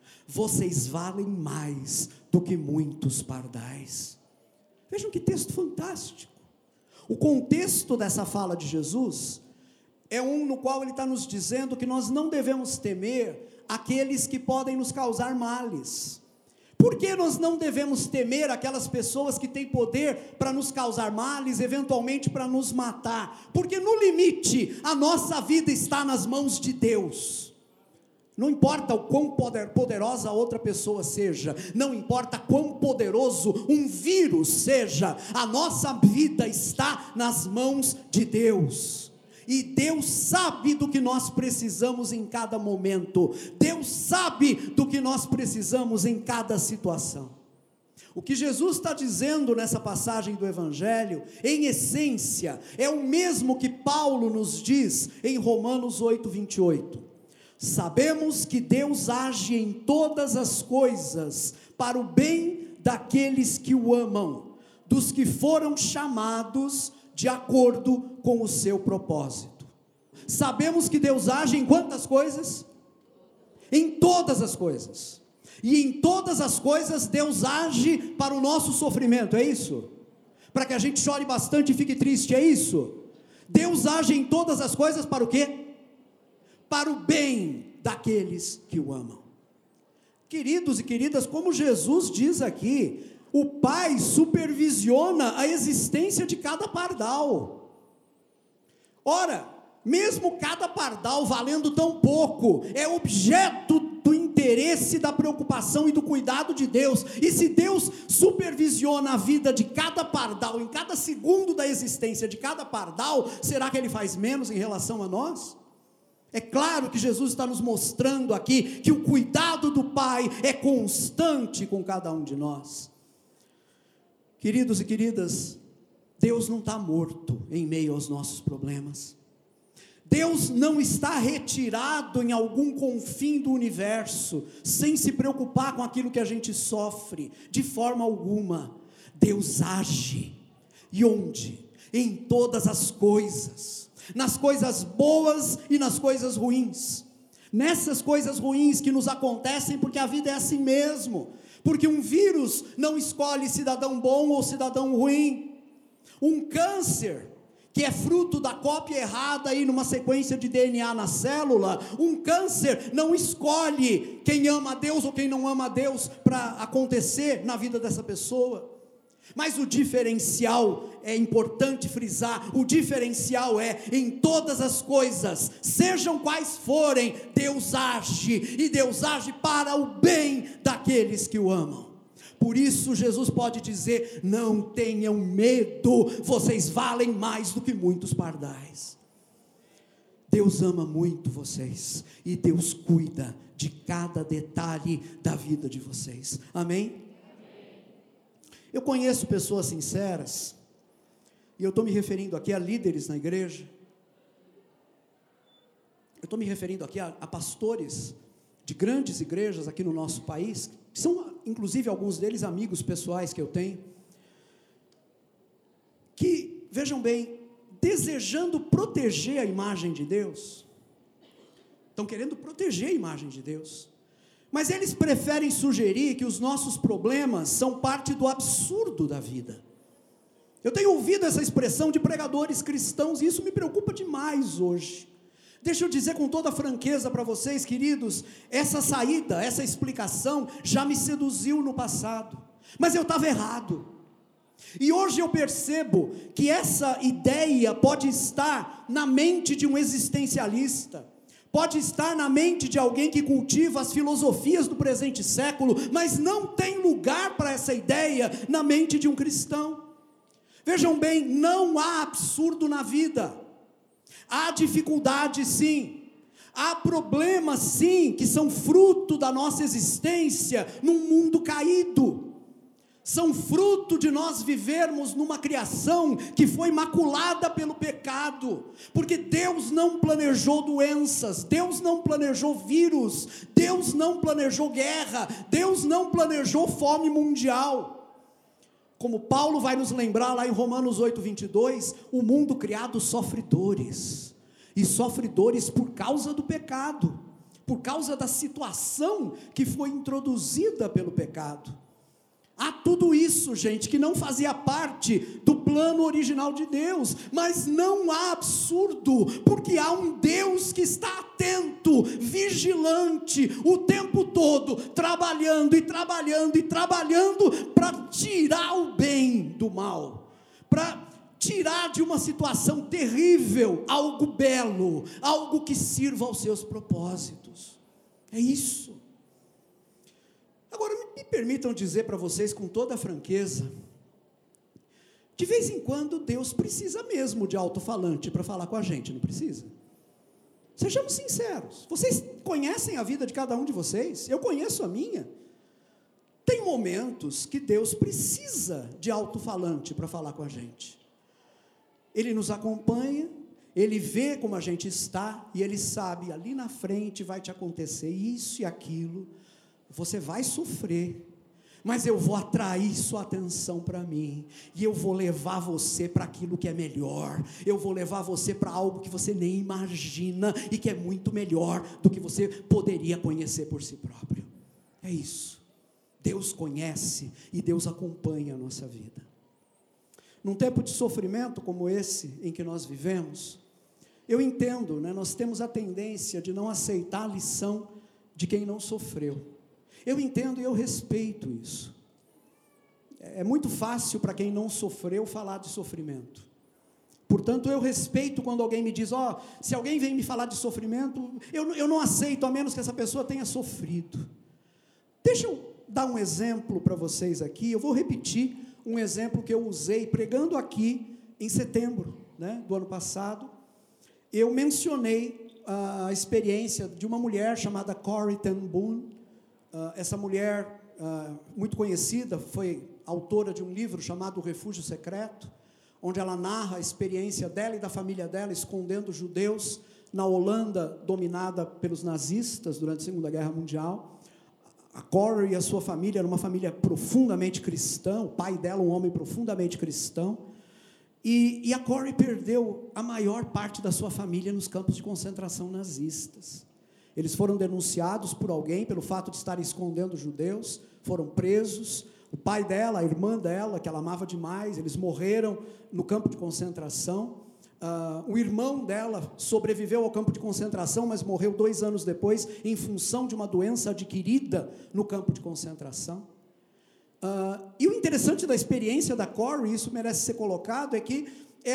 A: vocês valem mais do que muitos pardais. Vejam que texto fantástico. O contexto dessa fala de Jesus é no qual ele está nos dizendo que nós não devemos temer aqueles que podem nos causar males. Por que nós não devemos temer aquelas pessoas que têm poder para nos causar males, eventualmente para nos matar? Porque no limite, a nossa vida está nas mãos de Deus. Não importa o quão poderosa a outra pessoa seja, não importa quão poderoso um vírus seja, a nossa vida está nas mãos de Deus. E Deus sabe do que nós precisamos em cada momento, Deus sabe do que nós precisamos em cada situação. O que Jesus está dizendo nessa passagem do Evangelho, em essência, é o mesmo que Paulo nos diz em Romanos 8, 28. Sabemos que Deus age em todas as coisas para o bem daqueles que o amam, dos que foram chamados de acordo com o seu propósito. Sabemos que Deus age em quantas coisas? Em todas as coisas. E em todas as coisas Deus age para o nosso sofrimento, é isso? Para que a gente chore bastante e fique triste, é isso? Deus age em todas as coisas para o quê? Para o bem daqueles que o amam. Queridos e queridas, como Jesus diz aqui, o Pai supervisiona a existência de cada pardal. Ora, Mesmo cada pardal valendo tão pouco, é objeto do interesse, da preocupação e do cuidado de Deus. E se Deus supervisiona a vida de cada pardal, em cada segundo da existência de cada pardal, será que Ele faz menos em relação a nós? É claro que Jesus está nos mostrando aqui que o cuidado do Pai é constante com cada um de nós. Queridos e queridas, Deus não está morto em meio aos nossos problemas. Deus não está retirado em algum confim do universo, sem se preocupar com aquilo que a gente sofre, de forma alguma. Deus age. E onde? Em todas as coisas, nas coisas boas e nas coisas ruins. Nessas coisas ruins que nos acontecem, porque a vida é assim mesmo, porque um vírus não escolhe cidadão bom ou cidadão ruim. Um câncer, que é fruto da cópia errada aí numa sequência de DNA na célula, um câncer não escolhe quem ama a Deus ou quem não ama a Deus para acontecer na vida dessa pessoa. Mas o diferencial, é importante frisar, o diferencial é, em todas as coisas, sejam quais forem, Deus age, e Deus age para o bem daqueles que o amam. Por isso Jesus pode dizer: não tenham medo, vocês valem mais do que muitos pardais. Deus ama muito vocês, e Deus cuida de cada detalhe da vida de vocês, amém? Eu conheço pessoas sinceras, e eu estou me referindo aqui a líderes na igreja, eu estou me referindo aqui a pastores de grandes igrejas aqui no nosso país, que são inclusive alguns deles amigos pessoais que eu tenho, que, vejam bem, desejando proteger a imagem de Deus, estão querendo proteger a imagem de Deus, mas eles preferem sugerir que os nossos problemas são parte do absurdo da vida. Eu tenho ouvido essa expressão de pregadores cristãos, e isso me preocupa demais hoje. Deixa eu dizer com toda franqueza para vocês, queridos, essa saída, essa explicação já me seduziu no passado, mas eu estava errado. E hoje eu percebo que essa ideia pode estar na mente de um existencialista, pode estar na mente de alguém que cultiva as filosofias do presente século, mas não tem lugar para essa ideia na mente de um cristão. Vejam bem, não há absurdo na vida. Há dificuldades sim, há problemas sim, que são fruto da nossa existência num mundo caído, são fruto de nós vivermos numa criação que foi maculada pelo pecado, porque Deus não planejou doenças, Deus não planejou vírus, Deus não planejou guerra, Deus não planejou fome mundial. Como Paulo vai nos lembrar lá em Romanos 8:22, o mundo criado sofre dores, e sofre dores por causa do pecado, por causa da situação que foi introduzida pelo pecado. Há tudo isso, gente, que não fazia parte do plano original de Deus, mas não há absurdo, porque há um Deus que está atento, vigilante, o tempo todo, trabalhando e trabalhando e trabalhando, para tirar o bem do mal, para tirar de uma situação terrível, algo belo, algo que sirva aos seus propósitos, é isso. Agora, me permitam dizer para vocês com toda a franqueza, de vez em quando Deus precisa mesmo de alto-falante para falar com a gente, não precisa? Sejamos sinceros, vocês conhecem a vida de cada um de vocês, eu conheço a minha. Tem momentos que Deus precisa de alto-falante para falar com a gente. Ele nos acompanha, Ele vê como a gente está, e Ele sabe, ali na frente vai te acontecer isso e aquilo, você vai sofrer, mas eu vou atrair sua atenção para mim, e eu vou levar você para aquilo que é melhor, eu vou levar você para algo que você nem imagina, e que é muito melhor do que você poderia conhecer por si próprio. É isso, Deus conhece, e Deus acompanha a nossa vida. Num tempo de sofrimento como esse, em que nós vivemos, eu entendo, nós temos a tendência de não aceitar a lição de quem não sofreu. Eu entendo e eu respeito isso. É muito fácil para quem não sofreu falar de sofrimento, Portanto, eu respeito quando alguém me diz, se alguém vem me falar de sofrimento, eu não aceito, a menos que essa pessoa tenha sofrido. Deixa eu dar um exemplo para vocês aqui, eu vou repetir um exemplo que eu usei pregando aqui em setembro, do ano passado. Eu mencionei a experiência de uma mulher chamada Corrie ten Boom. Essa mulher, muito conhecida, foi autora de um livro chamado O Refúgio Secreto, onde ela narra a experiência dela e da família dela escondendo judeus na Holanda, dominada pelos nazistas durante a Segunda Guerra Mundial. A Corrie e a sua família era uma família profundamente cristã, o pai dela um homem profundamente cristão, e a Corrie perdeu a maior parte da sua família nos campos de concentração nazistas. Eles foram denunciados por alguém pelo fato de estarem escondendo judeus, foram presos. O pai dela, a irmã dela, que ela amava demais, eles morreram no campo de concentração. O irmão dela sobreviveu ao campo de concentração, mas morreu 2 anos depois, em função de uma doença adquirida no campo de concentração. E o interessante da experiência da Corrie, isso merece ser colocado, é que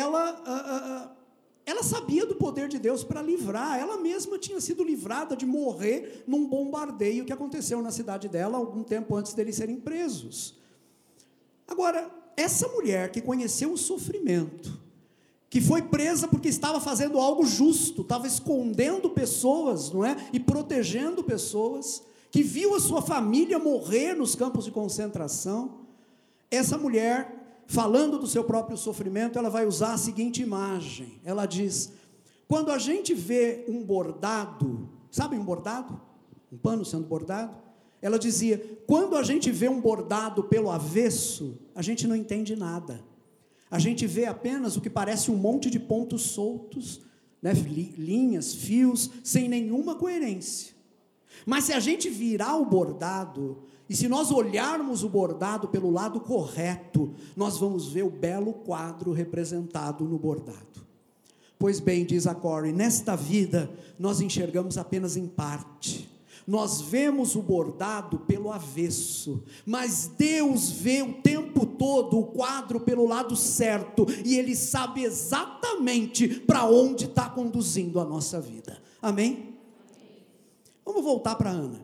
A: ela sabia do poder de Deus para livrar. Ela mesma tinha sido livrada de morrer num bombardeio que aconteceu na cidade dela algum tempo antes deles serem presos. Agora, essa mulher que conheceu o sofrimento, que foi presa porque estava fazendo algo justo, estava escondendo pessoas, e protegendo pessoas, que viu a sua família morrer nos campos de concentração, essa mulher, falando do seu próprio sofrimento, ela vai usar a seguinte imagem. Ela diz: quando a gente vê um bordado, sabe um bordado? Um pano sendo bordado? Ela dizia, quando a gente vê um bordado pelo avesso, a gente não entende nada. A gente vê apenas o que parece um monte de pontos soltos, linhas, fios, sem nenhuma coerência. Mas se a gente virar o bordado, e se nós olharmos o bordado pelo lado correto, nós vamos ver o belo quadro representado no bordado. Pois bem, diz a Corrie, nesta vida nós enxergamos apenas em parte. Nós vemos o bordado pelo avesso, mas Deus vê o tempo todo o quadro pelo lado certo, e Ele sabe exatamente para onde está conduzindo a nossa vida. Amém? Vamos voltar para Ana.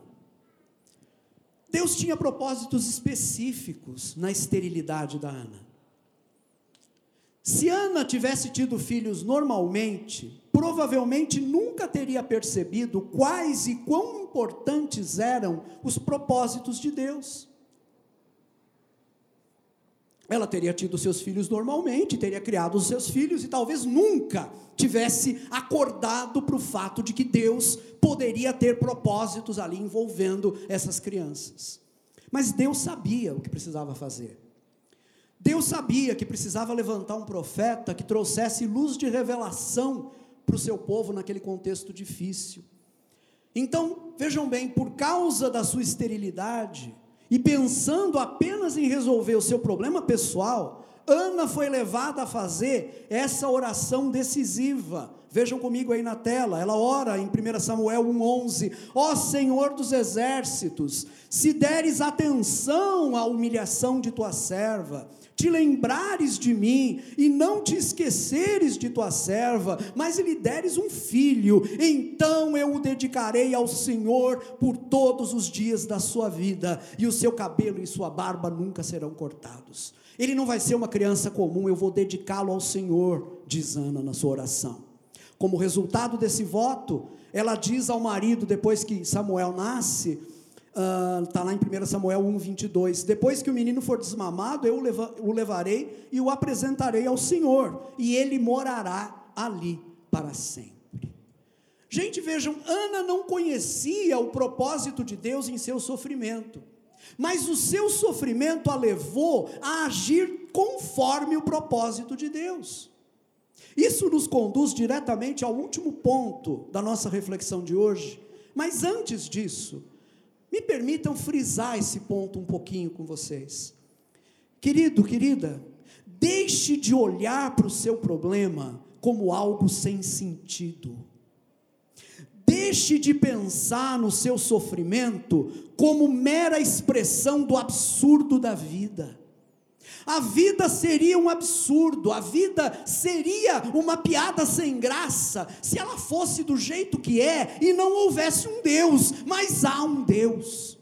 A: Deus tinha propósitos específicos na esterilidade da Ana. Se Ana tivesse tido filhos normalmente, provavelmente nunca teria percebido quais e quão importantes eram os propósitos de Deus. Ela teria tido seus filhos normalmente, teria criado os seus filhos e talvez nunca tivesse acordado para o fato de que Deus poderia ter propósitos ali envolvendo essas crianças. Mas Deus sabia o que precisava fazer. Deus sabia que precisava levantar um profeta que trouxesse luz de revelação para o seu povo naquele contexto difícil. Então, vejam bem, por causa da sua esterilidade, e pensando apenas em resolver o seu problema pessoal, Ana foi levada a fazer essa oração decisiva. Vejam comigo aí na tela, ela ora em 1 Samuel 1,11, ó Senhor dos exércitos, se deres atenção à humilhação de tua serva, te lembrares de mim, e não te esqueceres de tua serva, mas lhe deres um filho, então eu o dedicarei ao Senhor por todos os dias da sua vida, e o seu cabelo e sua barba nunca serão cortados. Ele não vai ser uma criança comum, eu vou dedicá-lo ao Senhor, diz Ana na sua oração. Como resultado desse voto, ela diz ao marido, depois que Samuel nasce, está lá em 1 Samuel 1,22, depois que o menino for desmamado, eu o levarei e o apresentarei ao Senhor, e ele morará ali para sempre. Gente, vejam, Ana não conhecia o propósito de Deus em seu sofrimento, mas o seu sofrimento a levou a agir conforme o propósito de Deus. Isso nos conduz diretamente ao último ponto da nossa reflexão de hoje, mas antes disso, me permitam frisar esse ponto um pouquinho com vocês. Querido, querida, deixe de olhar para o seu problema como algo sem sentido. Deixe de pensar no seu sofrimento como mera expressão do absurdo da vida. A vida seria um absurdo, a vida seria uma piada sem graça, se ela fosse do jeito que é, e não houvesse um Deus. Mas há um Deus,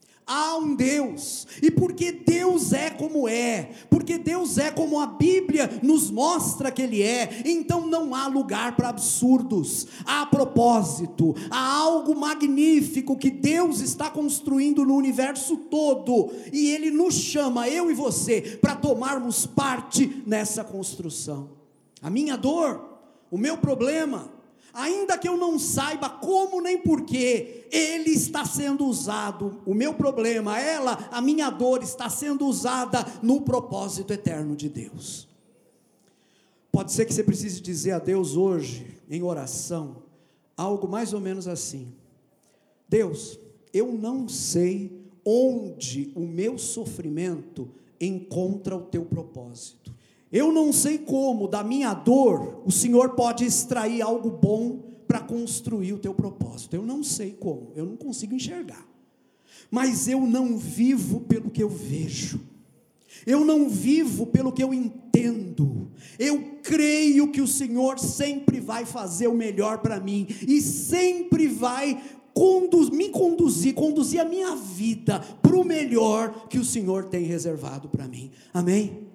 A: e porque Deus é como é, porque Deus é como a Bíblia nos mostra que Ele é, então não há lugar para absurdos, há propósito, há algo magnífico que Deus está construindo no universo todo, e Ele nos chama, eu e você, para tomarmos parte nessa construção. A minha dor, o meu problema, ainda que eu não saiba como nem porquê, ele está sendo usado, o meu problema, a minha dor está sendo usada no propósito eterno de Deus. Pode ser que você precise dizer a Deus hoje, em oração, algo mais ou menos assim: Deus, eu não sei onde o meu sofrimento encontra o teu propósito. Eu não sei como, da minha dor, o Senhor pode extrair algo bom para construir o teu propósito. Eu não sei como, eu não consigo enxergar. Mas eu não vivo pelo que eu vejo. Eu não vivo pelo que eu entendo. Eu creio que o Senhor sempre vai fazer o melhor para mim. E sempre vai conduzir a minha vida para o melhor que o Senhor tem reservado para mim. Amém?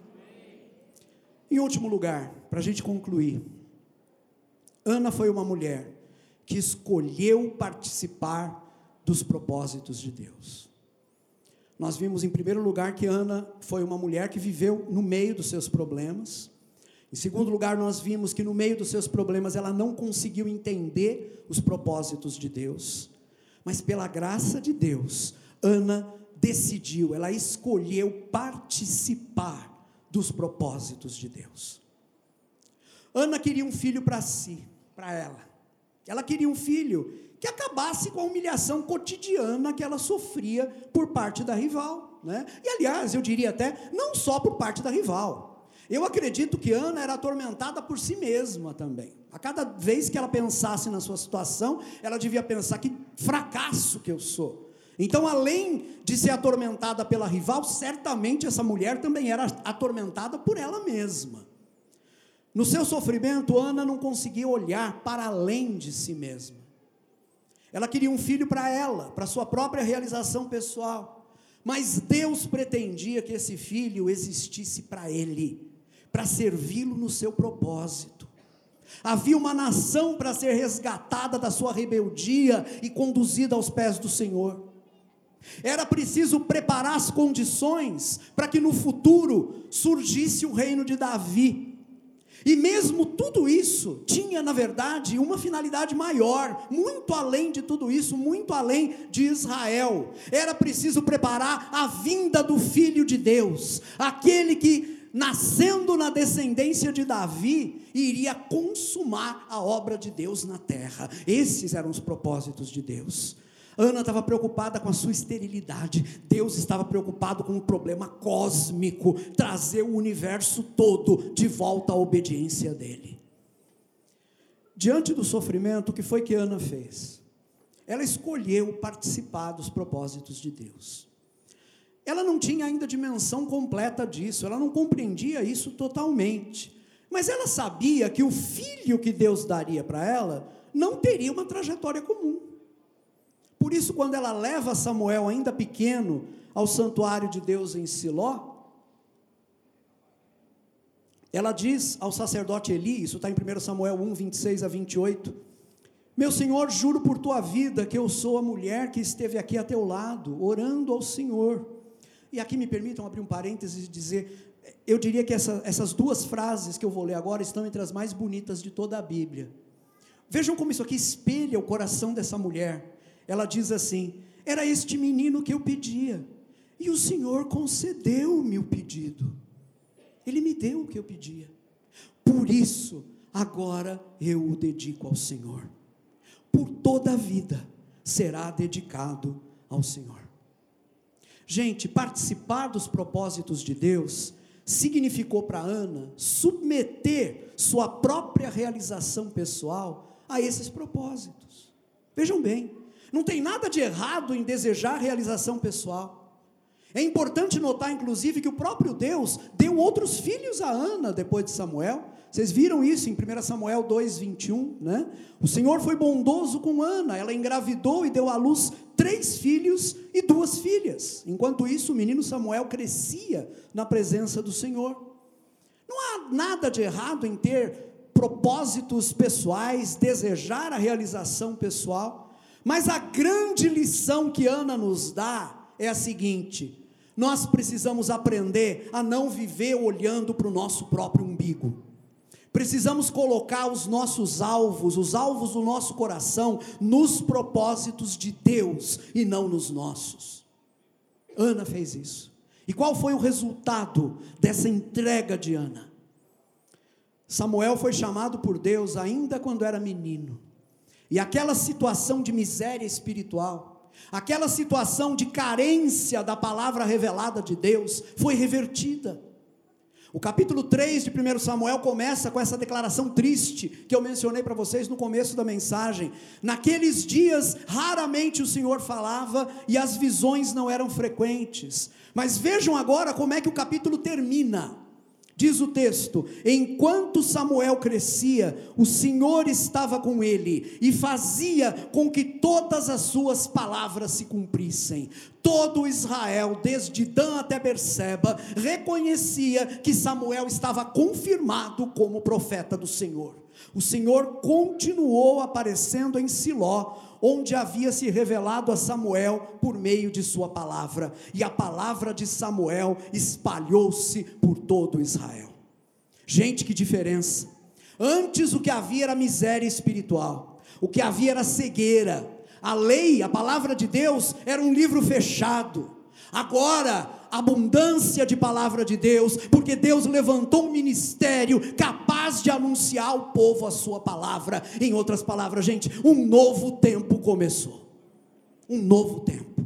A: Em último lugar, para a gente concluir, Ana foi uma mulher que escolheu participar dos propósitos de Deus. Nós vimos em primeiro lugar que Ana foi uma mulher que viveu no meio dos seus problemas. Em segundo lugar, nós vimos que no meio dos seus problemas ela não conseguiu entender os propósitos de Deus. Mas pela graça de Deus, Ana decidiu, ela escolheu participar dos propósitos de Deus. Ana queria um filho para si, para ela. Ela queria um filho que acabasse com a humilhação cotidiana que ela sofria por parte da rival, né? E aliás, eu diria até, não só por parte da rival. Eu acredito que Ana era atormentada por si mesma também. A cada vez que ela pensasse na sua situação, ela devia pensar: que fracasso que eu sou. Então, além de ser atormentada pela rival, certamente essa mulher também era atormentada por ela mesma. No seu sofrimento, Ana não conseguia olhar para além de si mesma. Ela queria um filho para ela, para sua própria realização pessoal. Mas Deus pretendia que esse filho existisse para ele, para servi-lo no seu propósito. Havia uma nação para ser resgatada da sua rebeldia e conduzida aos pés do Senhor. Era preciso preparar as condições para que no futuro surgisse o reino de Davi. E mesmo tudo isso tinha, na verdade, uma finalidade maior, muito além de tudo isso, muito além de Israel. Era preciso preparar a vinda do Filho de Deus, aquele que, nascendo na descendência de Davi, iria consumar a obra de Deus na terra. Esses eram os propósitos de Deus. Ana estava preocupada com a sua esterilidade, Deus estava preocupado com um problema cósmico, trazer o universo todo de volta à obediência dele. Diante do sofrimento, o que foi que Ana fez? Ela escolheu participar dos propósitos de Deus. Ela não tinha ainda a dimensão completa disso, ela não compreendia isso totalmente, mas ela sabia que o filho que Deus daria para ela não teria uma trajetória comum. Por isso, quando ela leva Samuel, ainda pequeno, ao santuário de Deus em Siló, ela diz ao sacerdote Eli, isso está em 1 Samuel 1, 26 a 28, meu Senhor, juro por tua vida que eu sou a mulher que esteve aqui a teu lado, orando ao Senhor. E aqui me permitam abrir um parênteses e dizer, eu diria que essas duas frases que eu vou ler agora estão entre as mais bonitas de toda a Bíblia. Vejam como isso aqui espelha o coração dessa mulher. Ela diz assim: era este menino que eu pedia, e o Senhor concedeu-me o pedido. Ele me deu o que eu pedia. Por isso, agora eu o dedico ao Senhor. Por toda a vida será dedicado ao Senhor. Gente, participar dos propósitos de Deus significou para Ana submeter sua própria realização pessoal a esses propósitos. Vejam bem, não tem nada de errado em desejar realização pessoal. É importante notar, inclusive, que o próprio Deus deu outros filhos a Ana depois de Samuel. Vocês viram isso em 1 Samuel 2:21, né? O Senhor foi bondoso com Ana, ela engravidou e deu à luz 3 filhos e 2 filhas. Enquanto isso, o menino Samuel crescia na presença do Senhor. Não há nada de errado em ter propósitos pessoais, desejar a realização pessoal, mas a grande lição que Ana nos dá é a seguinte: nós precisamos aprender a não viver olhando para o nosso próprio umbigo. Precisamos colocar os nossos alvos, os alvos do nosso coração, nos propósitos de Deus e não nos nossos. Ana fez isso. E qual foi o resultado dessa entrega de Ana? Samuel foi chamado por Deus ainda quando era menino. E aquela situação de miséria espiritual, aquela situação de carência da palavra revelada de Deus, foi revertida. O capítulo 3 de 1 Samuel começa com essa declaração triste, que eu mencionei para vocês no começo da mensagem. Naqueles dias, raramente o Senhor falava, e as visões não eram frequentes. Mas vejam agora como é que o capítulo termina. Diz o texto: enquanto Samuel crescia, o Senhor estava com ele, e fazia com que todas as suas palavras se cumprissem. Todo Israel, desde Dan até Berseba, reconhecia que Samuel estava confirmado como profeta do Senhor. O Senhor continuou aparecendo em Siló, onde havia se revelado a Samuel por meio de sua palavra, e a palavra de Samuel espalhou-se por todo Israel. Gente, que diferença! Antes o que havia era miséria espiritual, o que havia era cegueira. A lei, a palavra de Deus, era um livro fechado. Agora, abundância de palavra de Deus, porque Deus levantou um ministério capaz de anunciar ao povo a sua palavra. Em outras palavras, gente, um novo tempo começou. Um novo tempo.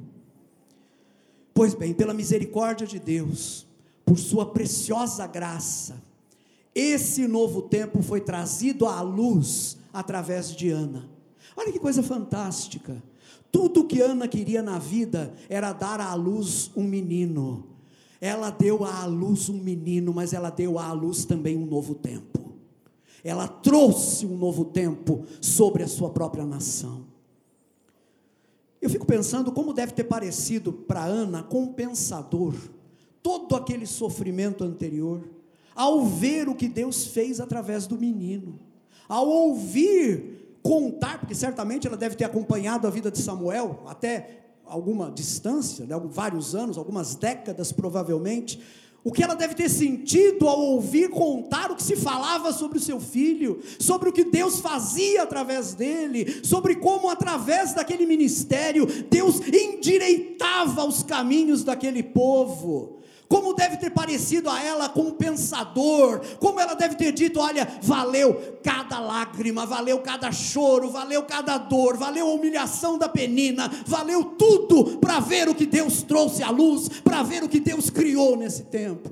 A: Pois bem, pela misericórdia de Deus, por sua preciosa graça, esse novo tempo foi trazido à luz através de Ana. Olha que coisa fantástica. Tudo que Ana queria na vida era dar à luz um menino. Ela deu à luz um menino, mas ela deu à luz também um novo tempo. Ela trouxe um novo tempo sobre a sua própria nação. Eu fico pensando como deve ter parecido para Ana compensador todo aquele sofrimento anterior, ao ver o que Deus fez através do menino, ao ouvir contar, porque certamente ela deve ter acompanhado a vida de Samuel até alguma distância, né, vários anos, algumas décadas provavelmente. O que ela deve ter sentido ao ouvir contar o que se falava sobre o seu filho, sobre o que Deus fazia através dele, sobre como através daquele ministério Deus endireitava os caminhos daquele povo. Como deve ter parecido a ela compensador, como ela deve ter dito: olha, valeu cada lágrima, valeu cada choro, valeu cada dor, valeu a humilhação da Penina, valeu tudo para ver o que Deus trouxe à luz, para ver o que Deus criou nesse tempo.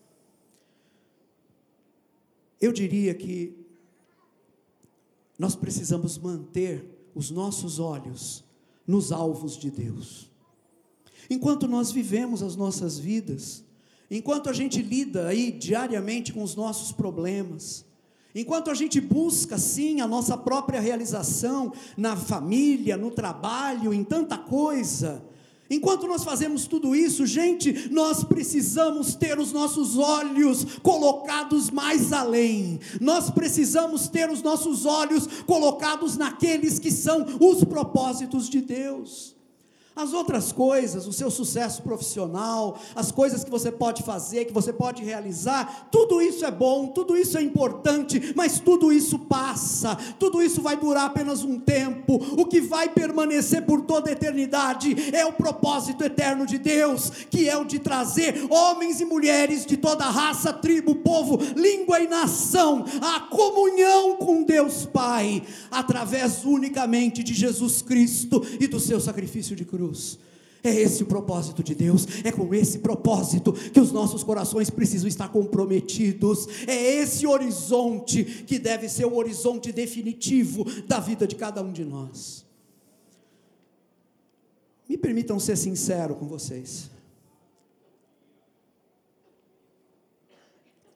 A: Eu diria que nós precisamos manter os nossos olhos nos alvos de Deus. Enquanto nós vivemos as nossas vidas, enquanto a gente lida aí diariamente com os nossos problemas, enquanto a gente busca sim a nossa própria realização na família, no trabalho, em tanta coisa, enquanto nós fazemos tudo isso, gente, nós precisamos ter os nossos olhos colocados mais além. Nós precisamos ter os nossos olhos colocados naqueles que são os propósitos de Deus. As outras coisas, o seu sucesso profissional, as coisas que você pode fazer, que você pode realizar, tudo isso é bom, tudo isso é importante, mas tudo isso passa, tudo isso vai durar apenas um tempo. O que vai permanecer por toda a eternidade é o propósito eterno de Deus, que é o de trazer homens e mulheres de toda raça, tribo, povo, língua e nação, a comunhão com Deus Pai, através unicamente de Jesus Cristo e do seu sacrifício de cruz. É esse o propósito de Deus, é com esse propósito que os nossos corações precisam estar comprometidos. É esse horizonte que deve ser o horizonte definitivo da vida de cada um de nós. Me permitam ser sincero com vocês.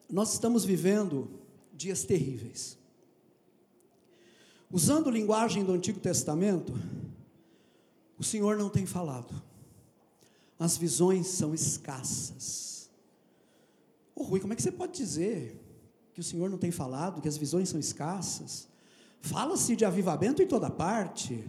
A: Nós estamos vivendo dias terríveis. Usando linguagem do Antigo Testamento, o Senhor não tem falado. As visões são escassas. Ô Rui, como é que você pode dizer que o Senhor não tem falado, que as visões são escassas? Fala-se de avivamento em toda parte.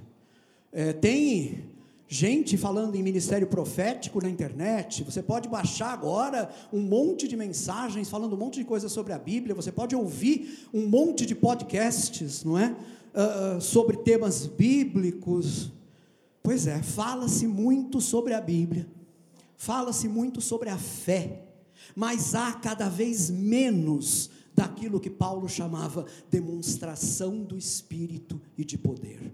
A: Tem gente falando em ministério profético na internet. Você pode baixar agora um monte de mensagens falando um monte de coisa sobre a Bíblia. Você pode ouvir um monte de podcasts, não é? Sobre temas bíblicos. Pois é, fala-se muito sobre a Bíblia, fala-se muito sobre a fé, mas há cada vez menos daquilo que Paulo chamava demonstração do Espírito e de poder.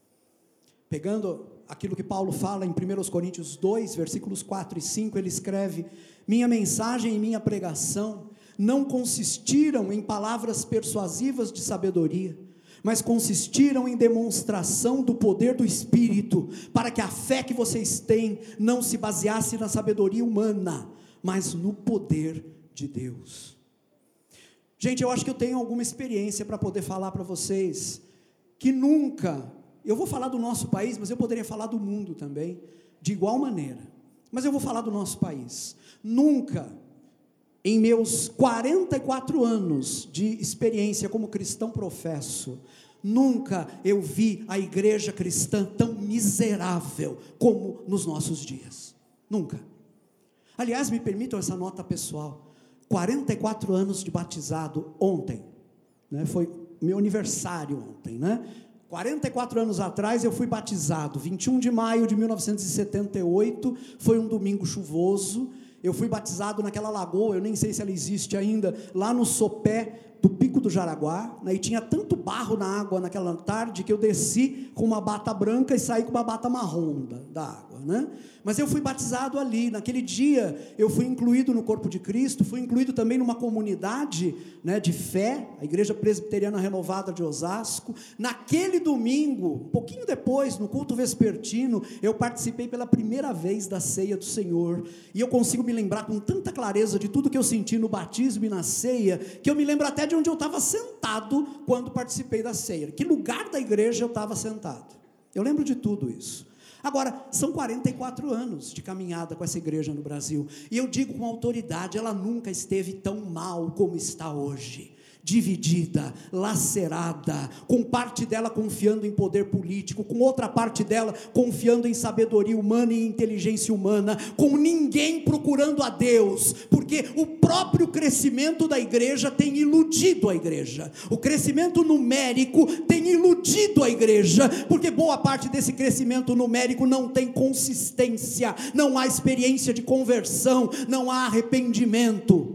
A: Pegando aquilo que Paulo fala em 1 Coríntios 2, versículos 4 e 5, ele escreve: minha mensagem e minha pregação não consistiram em palavras persuasivas de sabedoria, mas consistiram em demonstração do poder do Espírito, para que a fé que vocês têm não se baseasse na sabedoria humana, mas no poder de Deus. Gente, eu acho que eu tenho alguma experiência para poder falar para vocês, que nunca, eu vou falar do nosso país, mas eu poderia falar do mundo também, de igual maneira, mas eu vou falar do nosso país. Nunca, em meus 44 anos de experiência como cristão professo, nunca eu vi a igreja cristã tão miserável como nos nossos dias. Nunca. Aliás, me permitam essa nota pessoal. 44 anos de batizado ontem, né? Foi meu aniversário ontem, né? 44 anos atrás eu fui batizado, 21 de maio de 1978, foi um domingo chuvoso. Eu fui batizado naquela lagoa, eu nem sei se ela existe ainda, lá no sopé do Pico do Jaraguá, né, e tinha tanto barro na água naquela tarde, que eu desci com uma bata branca e saí com uma bata marrom da água, né? Mas eu fui batizado ali. Naquele dia eu fui incluído no corpo de Cristo, fui incluído também numa comunidade, né, de fé, a Igreja Presbiteriana Renovada de Osasco. Naquele domingo, um pouquinho depois, no culto vespertino, eu participei pela primeira vez da ceia do Senhor, e eu consigo me lembrar com tanta clareza de tudo que eu senti no batismo e na ceia, que eu me lembro até de onde eu estava sentado quando participei da ceia, que lugar da igreja eu estava sentado. Eu lembro de tudo isso. Agora, são 44 anos de caminhada com essa igreja no Brasil, e eu digo com autoridade, ela nunca esteve tão mal como está hoje. Dividida, lacerada, com parte dela confiando em poder político, com outra parte dela confiando em sabedoria humana e inteligência humana, com ninguém procurando a Deus, porque o próprio crescimento da igreja tem iludido a igreja, o crescimento numérico tem iludido a igreja, porque boa parte desse crescimento numérico não tem consistência, não há experiência de conversão, não há arrependimento.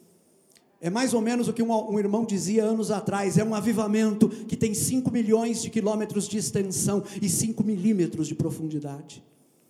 A: É mais ou menos o que um irmão dizia anos atrás, é um avivamento que tem 5 milhões de quilômetros de extensão e 5 milímetros de profundidade.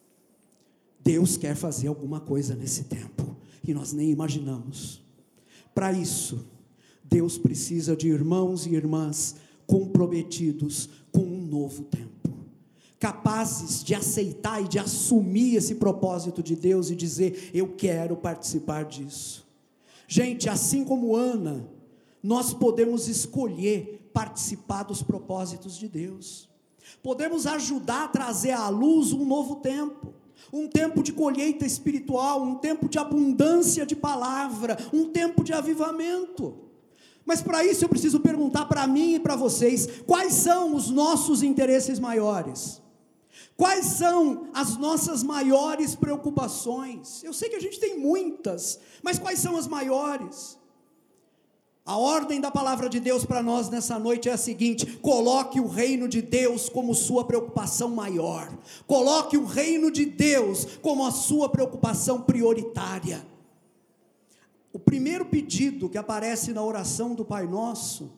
A: Deus quer fazer alguma coisa nesse tempo, e nós nem imaginamos. Para isso, Deus precisa de irmãos e irmãs comprometidos com um novo tempo, capazes de aceitar e de assumir esse propósito de Deus e dizer: eu quero participar disso. Gente, assim como Ana, nós podemos escolher participar dos propósitos de Deus, podemos ajudar a trazer à luz um novo tempo, um tempo de colheita espiritual, um tempo de abundância de palavra, um tempo de avivamento. Mas para isso eu preciso perguntar para mim e para vocês: quais são os nossos interesses maiores? Quais são as nossas maiores preocupações? Eu sei que a gente tem muitas, mas quais são as maiores? A ordem da palavra de Deus para nós nessa noite é a seguinte: coloque o reino de Deus como sua preocupação maior, coloque o reino de Deus como a sua preocupação prioritária. O primeiro pedido que aparece na oração do Pai Nosso,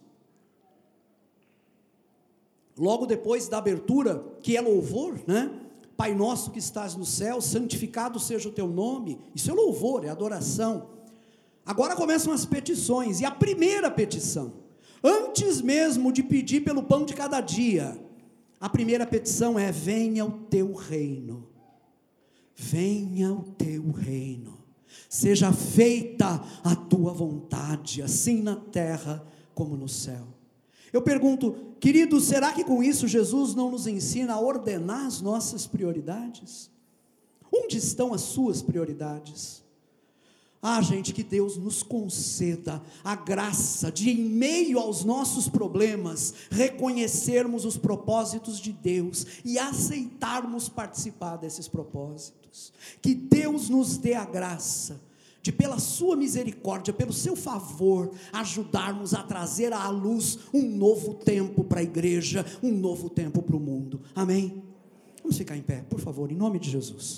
A: logo depois da abertura, que é louvor, né? Pai nosso que estás no céu, santificado seja o teu nome. Isso é louvor, é adoração. Agora começam as petições, e a primeira petição, antes mesmo de pedir pelo pão de cada dia, a primeira petição é: venha o teu reino, venha o teu reino. Seja feita a tua vontade, assim na terra como no céu. Eu pergunto, queridos, será que com isso Jesus não nos ensina a ordenar as nossas prioridades? Onde estão as suas prioridades? Gente, que Deus nos conceda a graça de, em meio aos nossos problemas, reconhecermos os propósitos de Deus e aceitarmos participar desses propósitos. Que Deus nos dê a graça de, pela sua misericórdia, pelo seu favor, ajudarmos a trazer à luz um novo tempo para a igreja, um novo tempo para o mundo. Amém? Vamos ficar em pé, por favor, em nome de Jesus.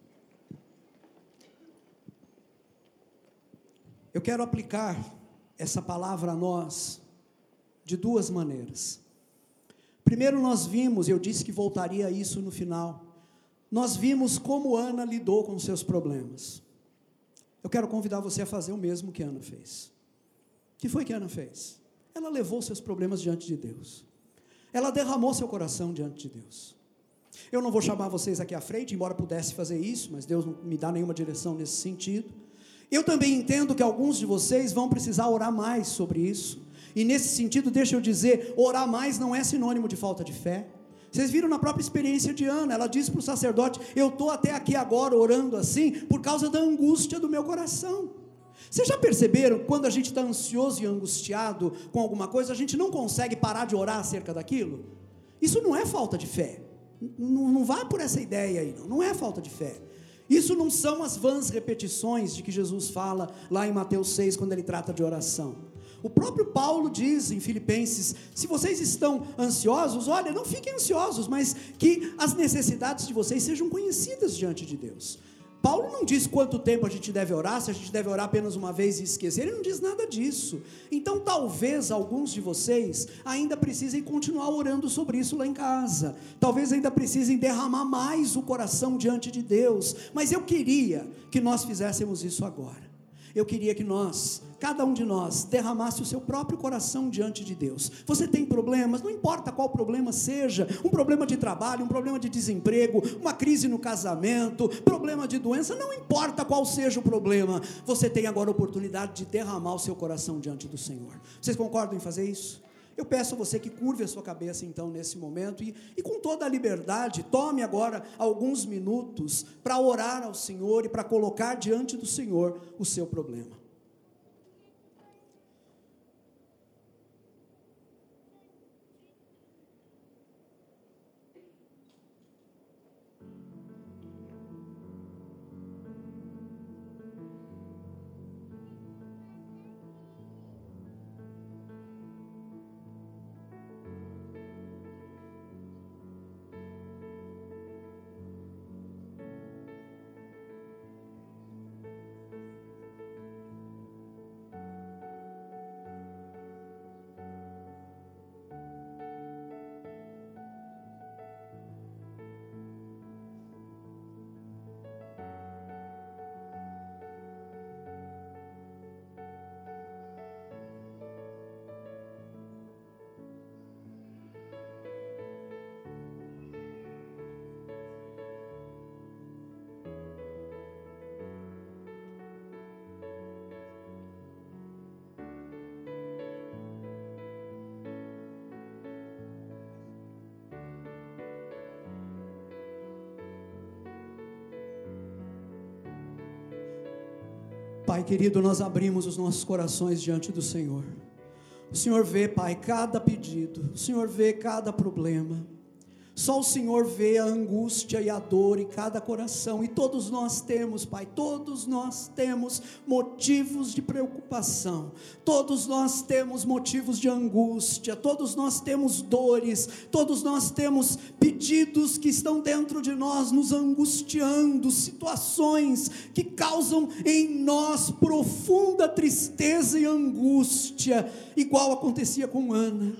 A: Eu quero aplicar essa palavra a nós de duas maneiras. Primeiro, nós vimos, eu disse que voltaria a isso no final, nós vimos como Ana lidou com os seus problemas. Eu quero convidar você a fazer o mesmo que Ana fez. O que foi que Ana fez? Ela levou seus problemas diante de Deus. Ela derramou seu coração diante de Deus. Eu não vou chamar vocês aqui à frente, embora pudesse fazer isso, mas Deus não me dá nenhuma direção nesse sentido. Eu também entendo que alguns de vocês vão precisar orar mais sobre isso, e nesse sentido, deixa eu dizer, orar mais não é sinônimo de falta de fé. Vocês viram na própria experiência de Ana, ela disse para o sacerdote, eu estou até aqui agora orando assim, por causa da angústia do meu coração. Vocês já perceberam, quando a gente está ansioso e angustiado com alguma coisa, a gente não consegue parar de orar acerca daquilo? Isso não é falta de fé, não vá por essa ideia aí, não é falta de fé. Isso não são as vãs repetições de que Jesus fala lá em Mateus 6, quando ele trata de oração. O próprio Paulo diz em Filipenses, se vocês estão ansiosos, olha, não fiquem ansiosos, mas que as necessidades de vocês sejam conhecidas diante de Deus. Paulo não diz quanto tempo a gente deve orar, se a gente deve orar apenas uma vez e esquecer, ele não diz nada disso. Então talvez alguns de vocês ainda precisem continuar orando sobre isso lá em casa, talvez ainda precisem derramar mais o coração diante de Deus, mas eu queria que nós fizéssemos isso agora. Eu queria que cada um de nós, derramasse o seu próprio coração diante de Deus. Você tem problemas, não importa qual problema seja, um problema de trabalho, um problema de desemprego, uma crise no casamento, problema de doença, não importa qual seja o problema, você tem agora a oportunidade de derramar o seu coração diante do Senhor. Vocês concordam em fazer isso? Eu peço a você que curve a sua cabeça então nesse momento e com toda a liberdade, tome agora alguns minutos para orar ao Senhor e para colocar diante do Senhor o seu problema. Pai querido, nós abrimos os nossos corações diante do Senhor. O Senhor vê, Pai, cada pedido, o Senhor vê cada problema. Só o Senhor vê a angústia e a dor em cada coração, e todos nós temos, Pai, todos nós temos motivos de preocupação, todos nós temos motivos de angústia, todos nós temos dores, todos nós temos pedidos que estão dentro de nós nos angustiando, situações que causam em nós profunda tristeza e angústia, igual acontecia com Ana.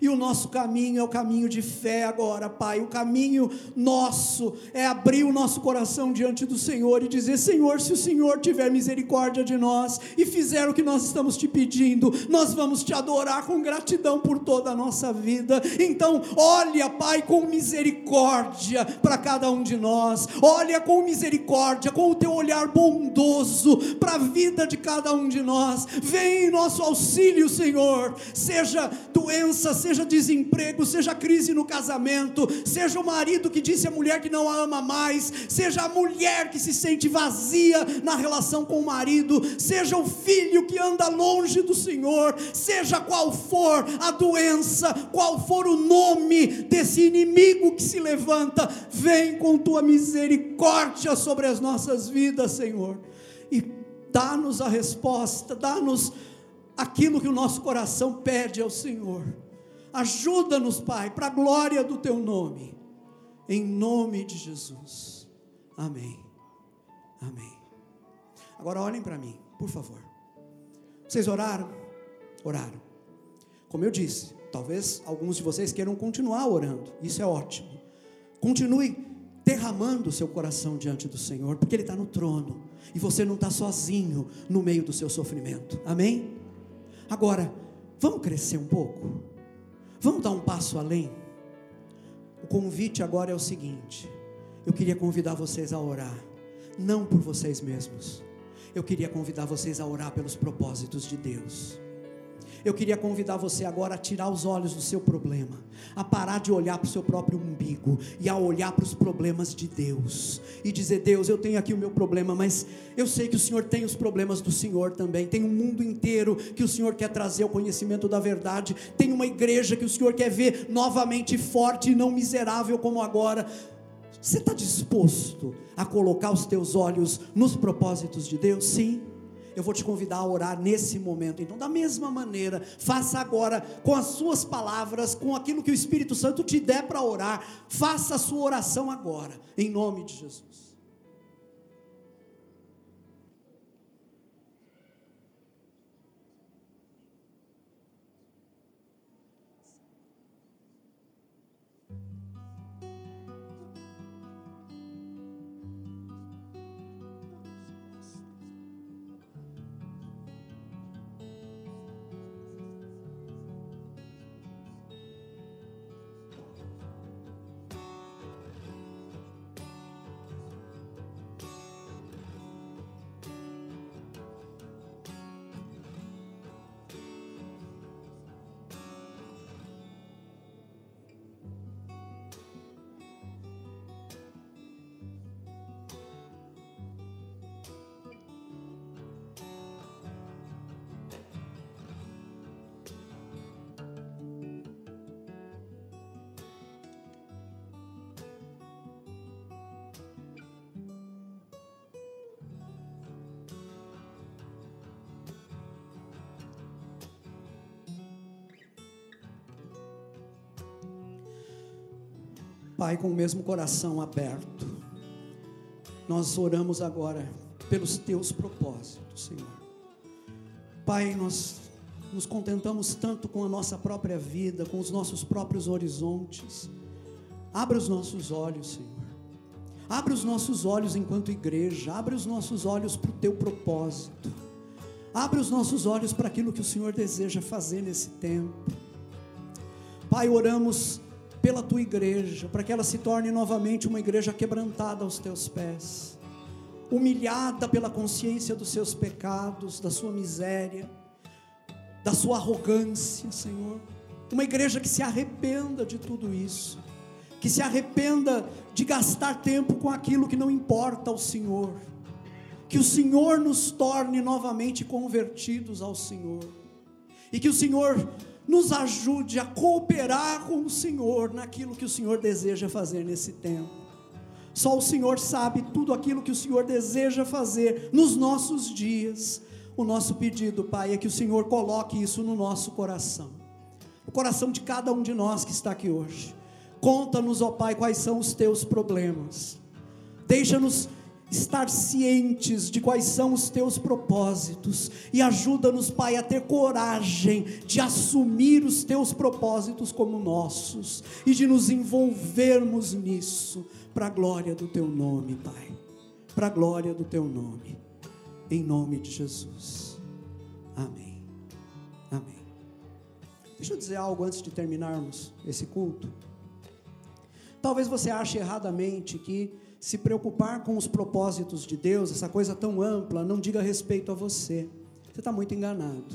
A: E o nosso caminho é o caminho de fé agora, Pai. O caminho nosso é abrir o nosso coração diante do Senhor e dizer: Senhor, se o Senhor tiver misericórdia de nós e fizer o que nós estamos te pedindo, nós vamos te adorar com gratidão por toda a nossa vida. Então olha, Pai, com misericórdia para cada um de nós, olha com misericórdia, com o teu olhar bondoso para a vida de cada um de nós. Vem em nosso auxílio, Senhor, seja doença, seja desemprego, seja crise no casamento, seja o marido que disse à mulher que não a ama mais, seja a mulher que se sente vazia na relação com o marido, seja o filho que anda longe do Senhor, seja qual for a doença, qual for o nome desse inimigo que se levanta, vem com tua misericórdia sobre as nossas vidas, Senhor, e dá-nos a resposta, dá-nos aquilo que o nosso coração pede ao Senhor. Ajuda-nos, Pai, para a glória do teu nome, em nome de Jesus, amém, amém. Agora olhem para mim, por favor. Vocês oraram? Oraram. Como eu disse, talvez alguns de vocês queiram continuar orando, isso é ótimo. Continue derramando o seu coração diante do Senhor, porque Ele está no trono, e você não está sozinho no meio do seu sofrimento, amém? Agora, vamos crescer um pouco? Vamos dar um passo além? O convite agora é o seguinte: eu queria convidar vocês a orar, não por vocês mesmos, eu queria convidar vocês a orar pelos propósitos de Deus. Eu queria convidar você agora a tirar os olhos do seu problema, a parar de olhar para o seu próprio umbigo e a olhar para os problemas de Deus e dizer: Deus, eu tenho aqui o meu problema, mas eu sei que o Senhor tem os problemas do Senhor também. Tem um mundo inteiro que o Senhor quer trazer ao conhecimento da verdade, tem uma igreja que o Senhor quer ver novamente forte e não miserável como agora. Você está disposto a colocar os teus olhos nos propósitos de Deus? Sim. Eu vou te convidar a orar nesse momento. Então, da mesma maneira, faça agora com as suas palavras, com aquilo que o Espírito Santo te der para orar. Faça a sua oração agora, em nome de Jesus. Pai, com o mesmo coração aberto, nós oramos agora pelos teus propósitos, Senhor. Pai, nós nos contentamos tanto com a nossa própria vida, com os nossos próprios horizontes. Abre os nossos olhos, Senhor. Abre os nossos olhos enquanto igreja, abre os nossos olhos para o teu propósito. Abre os nossos olhos para aquilo que o Senhor deseja fazer nesse tempo. Pai, oramos pela tua igreja, para que ela se torne novamente uma igreja quebrantada aos teus pés, humilhada pela consciência dos seus pecados, da sua miséria, da sua arrogância, Senhor. Uma igreja que se arrependa de tudo isso, que se arrependa de gastar tempo com aquilo que não importa ao Senhor, que o Senhor nos torne novamente convertidos ao Senhor, e que o Senhor nos ajude a cooperar com o Senhor naquilo que o Senhor deseja fazer nesse tempo. Só o Senhor sabe tudo aquilo que o Senhor deseja fazer nos nossos dias. O nosso pedido, Pai, é que o Senhor coloque isso no nosso coração, o coração de cada um de nós que está aqui hoje. Conta-nos, ó Pai, quais são os teus problemas. Deixa-nos estar cientes de quais são os teus propósitos, e ajuda-nos, Pai, a ter coragem de assumir os teus propósitos como nossos, e de nos envolvermos nisso, para a glória do teu nome, Pai, para a glória do teu nome, em nome de Jesus, amém, amém. Deixa eu dizer algo antes de terminarmos esse culto. Talvez você ache erradamente que se preocupar com os propósitos de Deus, essa coisa tão ampla, não diga respeito a você. Você está muito enganado.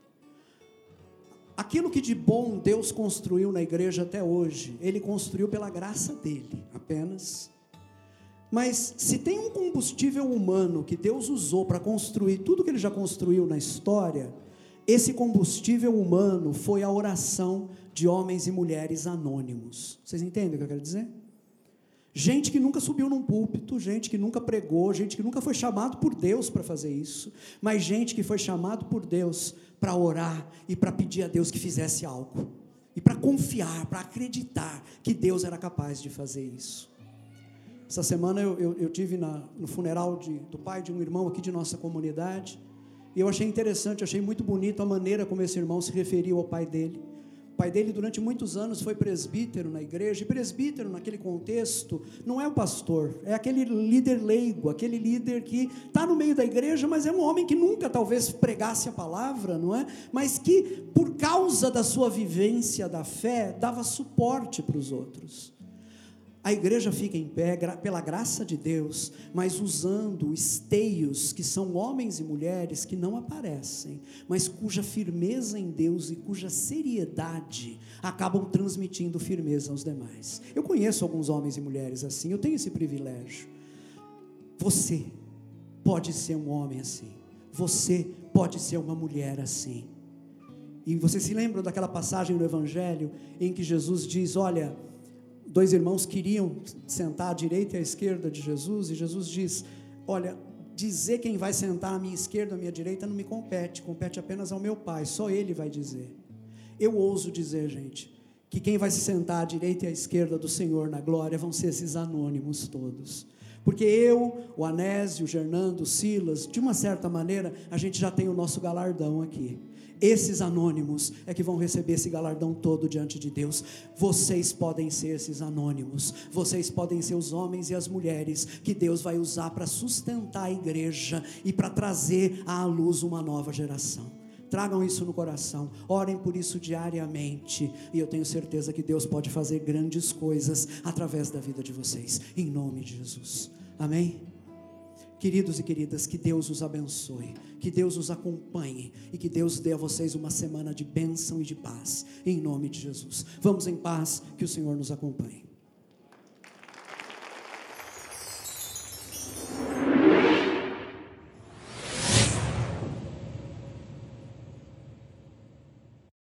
A: Aquilo que de bom Deus construiu na igreja até hoje, Ele construiu pela graça dEle, apenas. Mas se tem um combustível humano que Deus usou para construir tudo que Ele já construiu na história, esse combustível humano foi a oração de homens e mulheres anônimos. Vocês entendem o que eu quero dizer? Gente que nunca subiu num púlpito, gente que nunca pregou, gente que nunca foi chamado por Deus para fazer isso, mas gente que foi chamado por Deus para orar e para pedir a Deus que fizesse algo, e para confiar, para acreditar que Deus era capaz de fazer isso. Essa semana eu tive no funeral do pai de um irmão aqui de nossa comunidade, e eu achei interessante, achei muito bonito a maneira como esse irmão se referiu ao pai dele. O pai dele durante muitos anos foi presbítero na igreja, e presbítero naquele contexto não é o pastor, é aquele líder leigo, aquele líder que está no meio da igreja, mas é um homem que nunca talvez pregasse a palavra, não é? Mas que por causa da sua vivência da fé, dava suporte para os outros. A igreja fica em pé pela graça de Deus, mas usando esteios que são homens e mulheres que não aparecem, mas cuja firmeza em Deus e cuja seriedade acabam transmitindo firmeza aos demais. Eu conheço alguns homens e mulheres assim, eu tenho esse privilégio. Você pode ser um homem assim, você pode ser uma mulher assim. E vocês se lembram daquela passagem do Evangelho em que Jesus diz, olha, 2 irmãos queriam sentar à direita e à esquerda de Jesus, e Jesus diz, olha, dizer quem vai sentar à minha esquerda ou à minha direita não me compete, compete apenas ao meu Pai, só Ele vai dizer. Eu ouso dizer, gente, que quem vai se sentar à direita e à esquerda do Senhor na glória vão ser esses anônimos todos, porque eu, o Anésio, o Gernando, o Silas, de uma certa maneira, a gente já tem o nosso galardão aqui. Esses anônimos é que vão receber esse galardão todo diante de Deus. Vocês podem ser esses anônimos, vocês podem ser os homens e as mulheres que Deus vai usar para sustentar a igreja e para trazer à luz uma nova geração. Tragam isso no coração, orem por isso diariamente, e eu tenho certeza que Deus pode fazer grandes coisas através da vida de vocês, em nome de Jesus, amém? Queridos e queridas, que Deus os abençoe, que Deus os acompanhe, e que Deus dê a vocês uma semana de bênção e de paz, em nome de Jesus. Vamos em paz, que o Senhor nos acompanhe.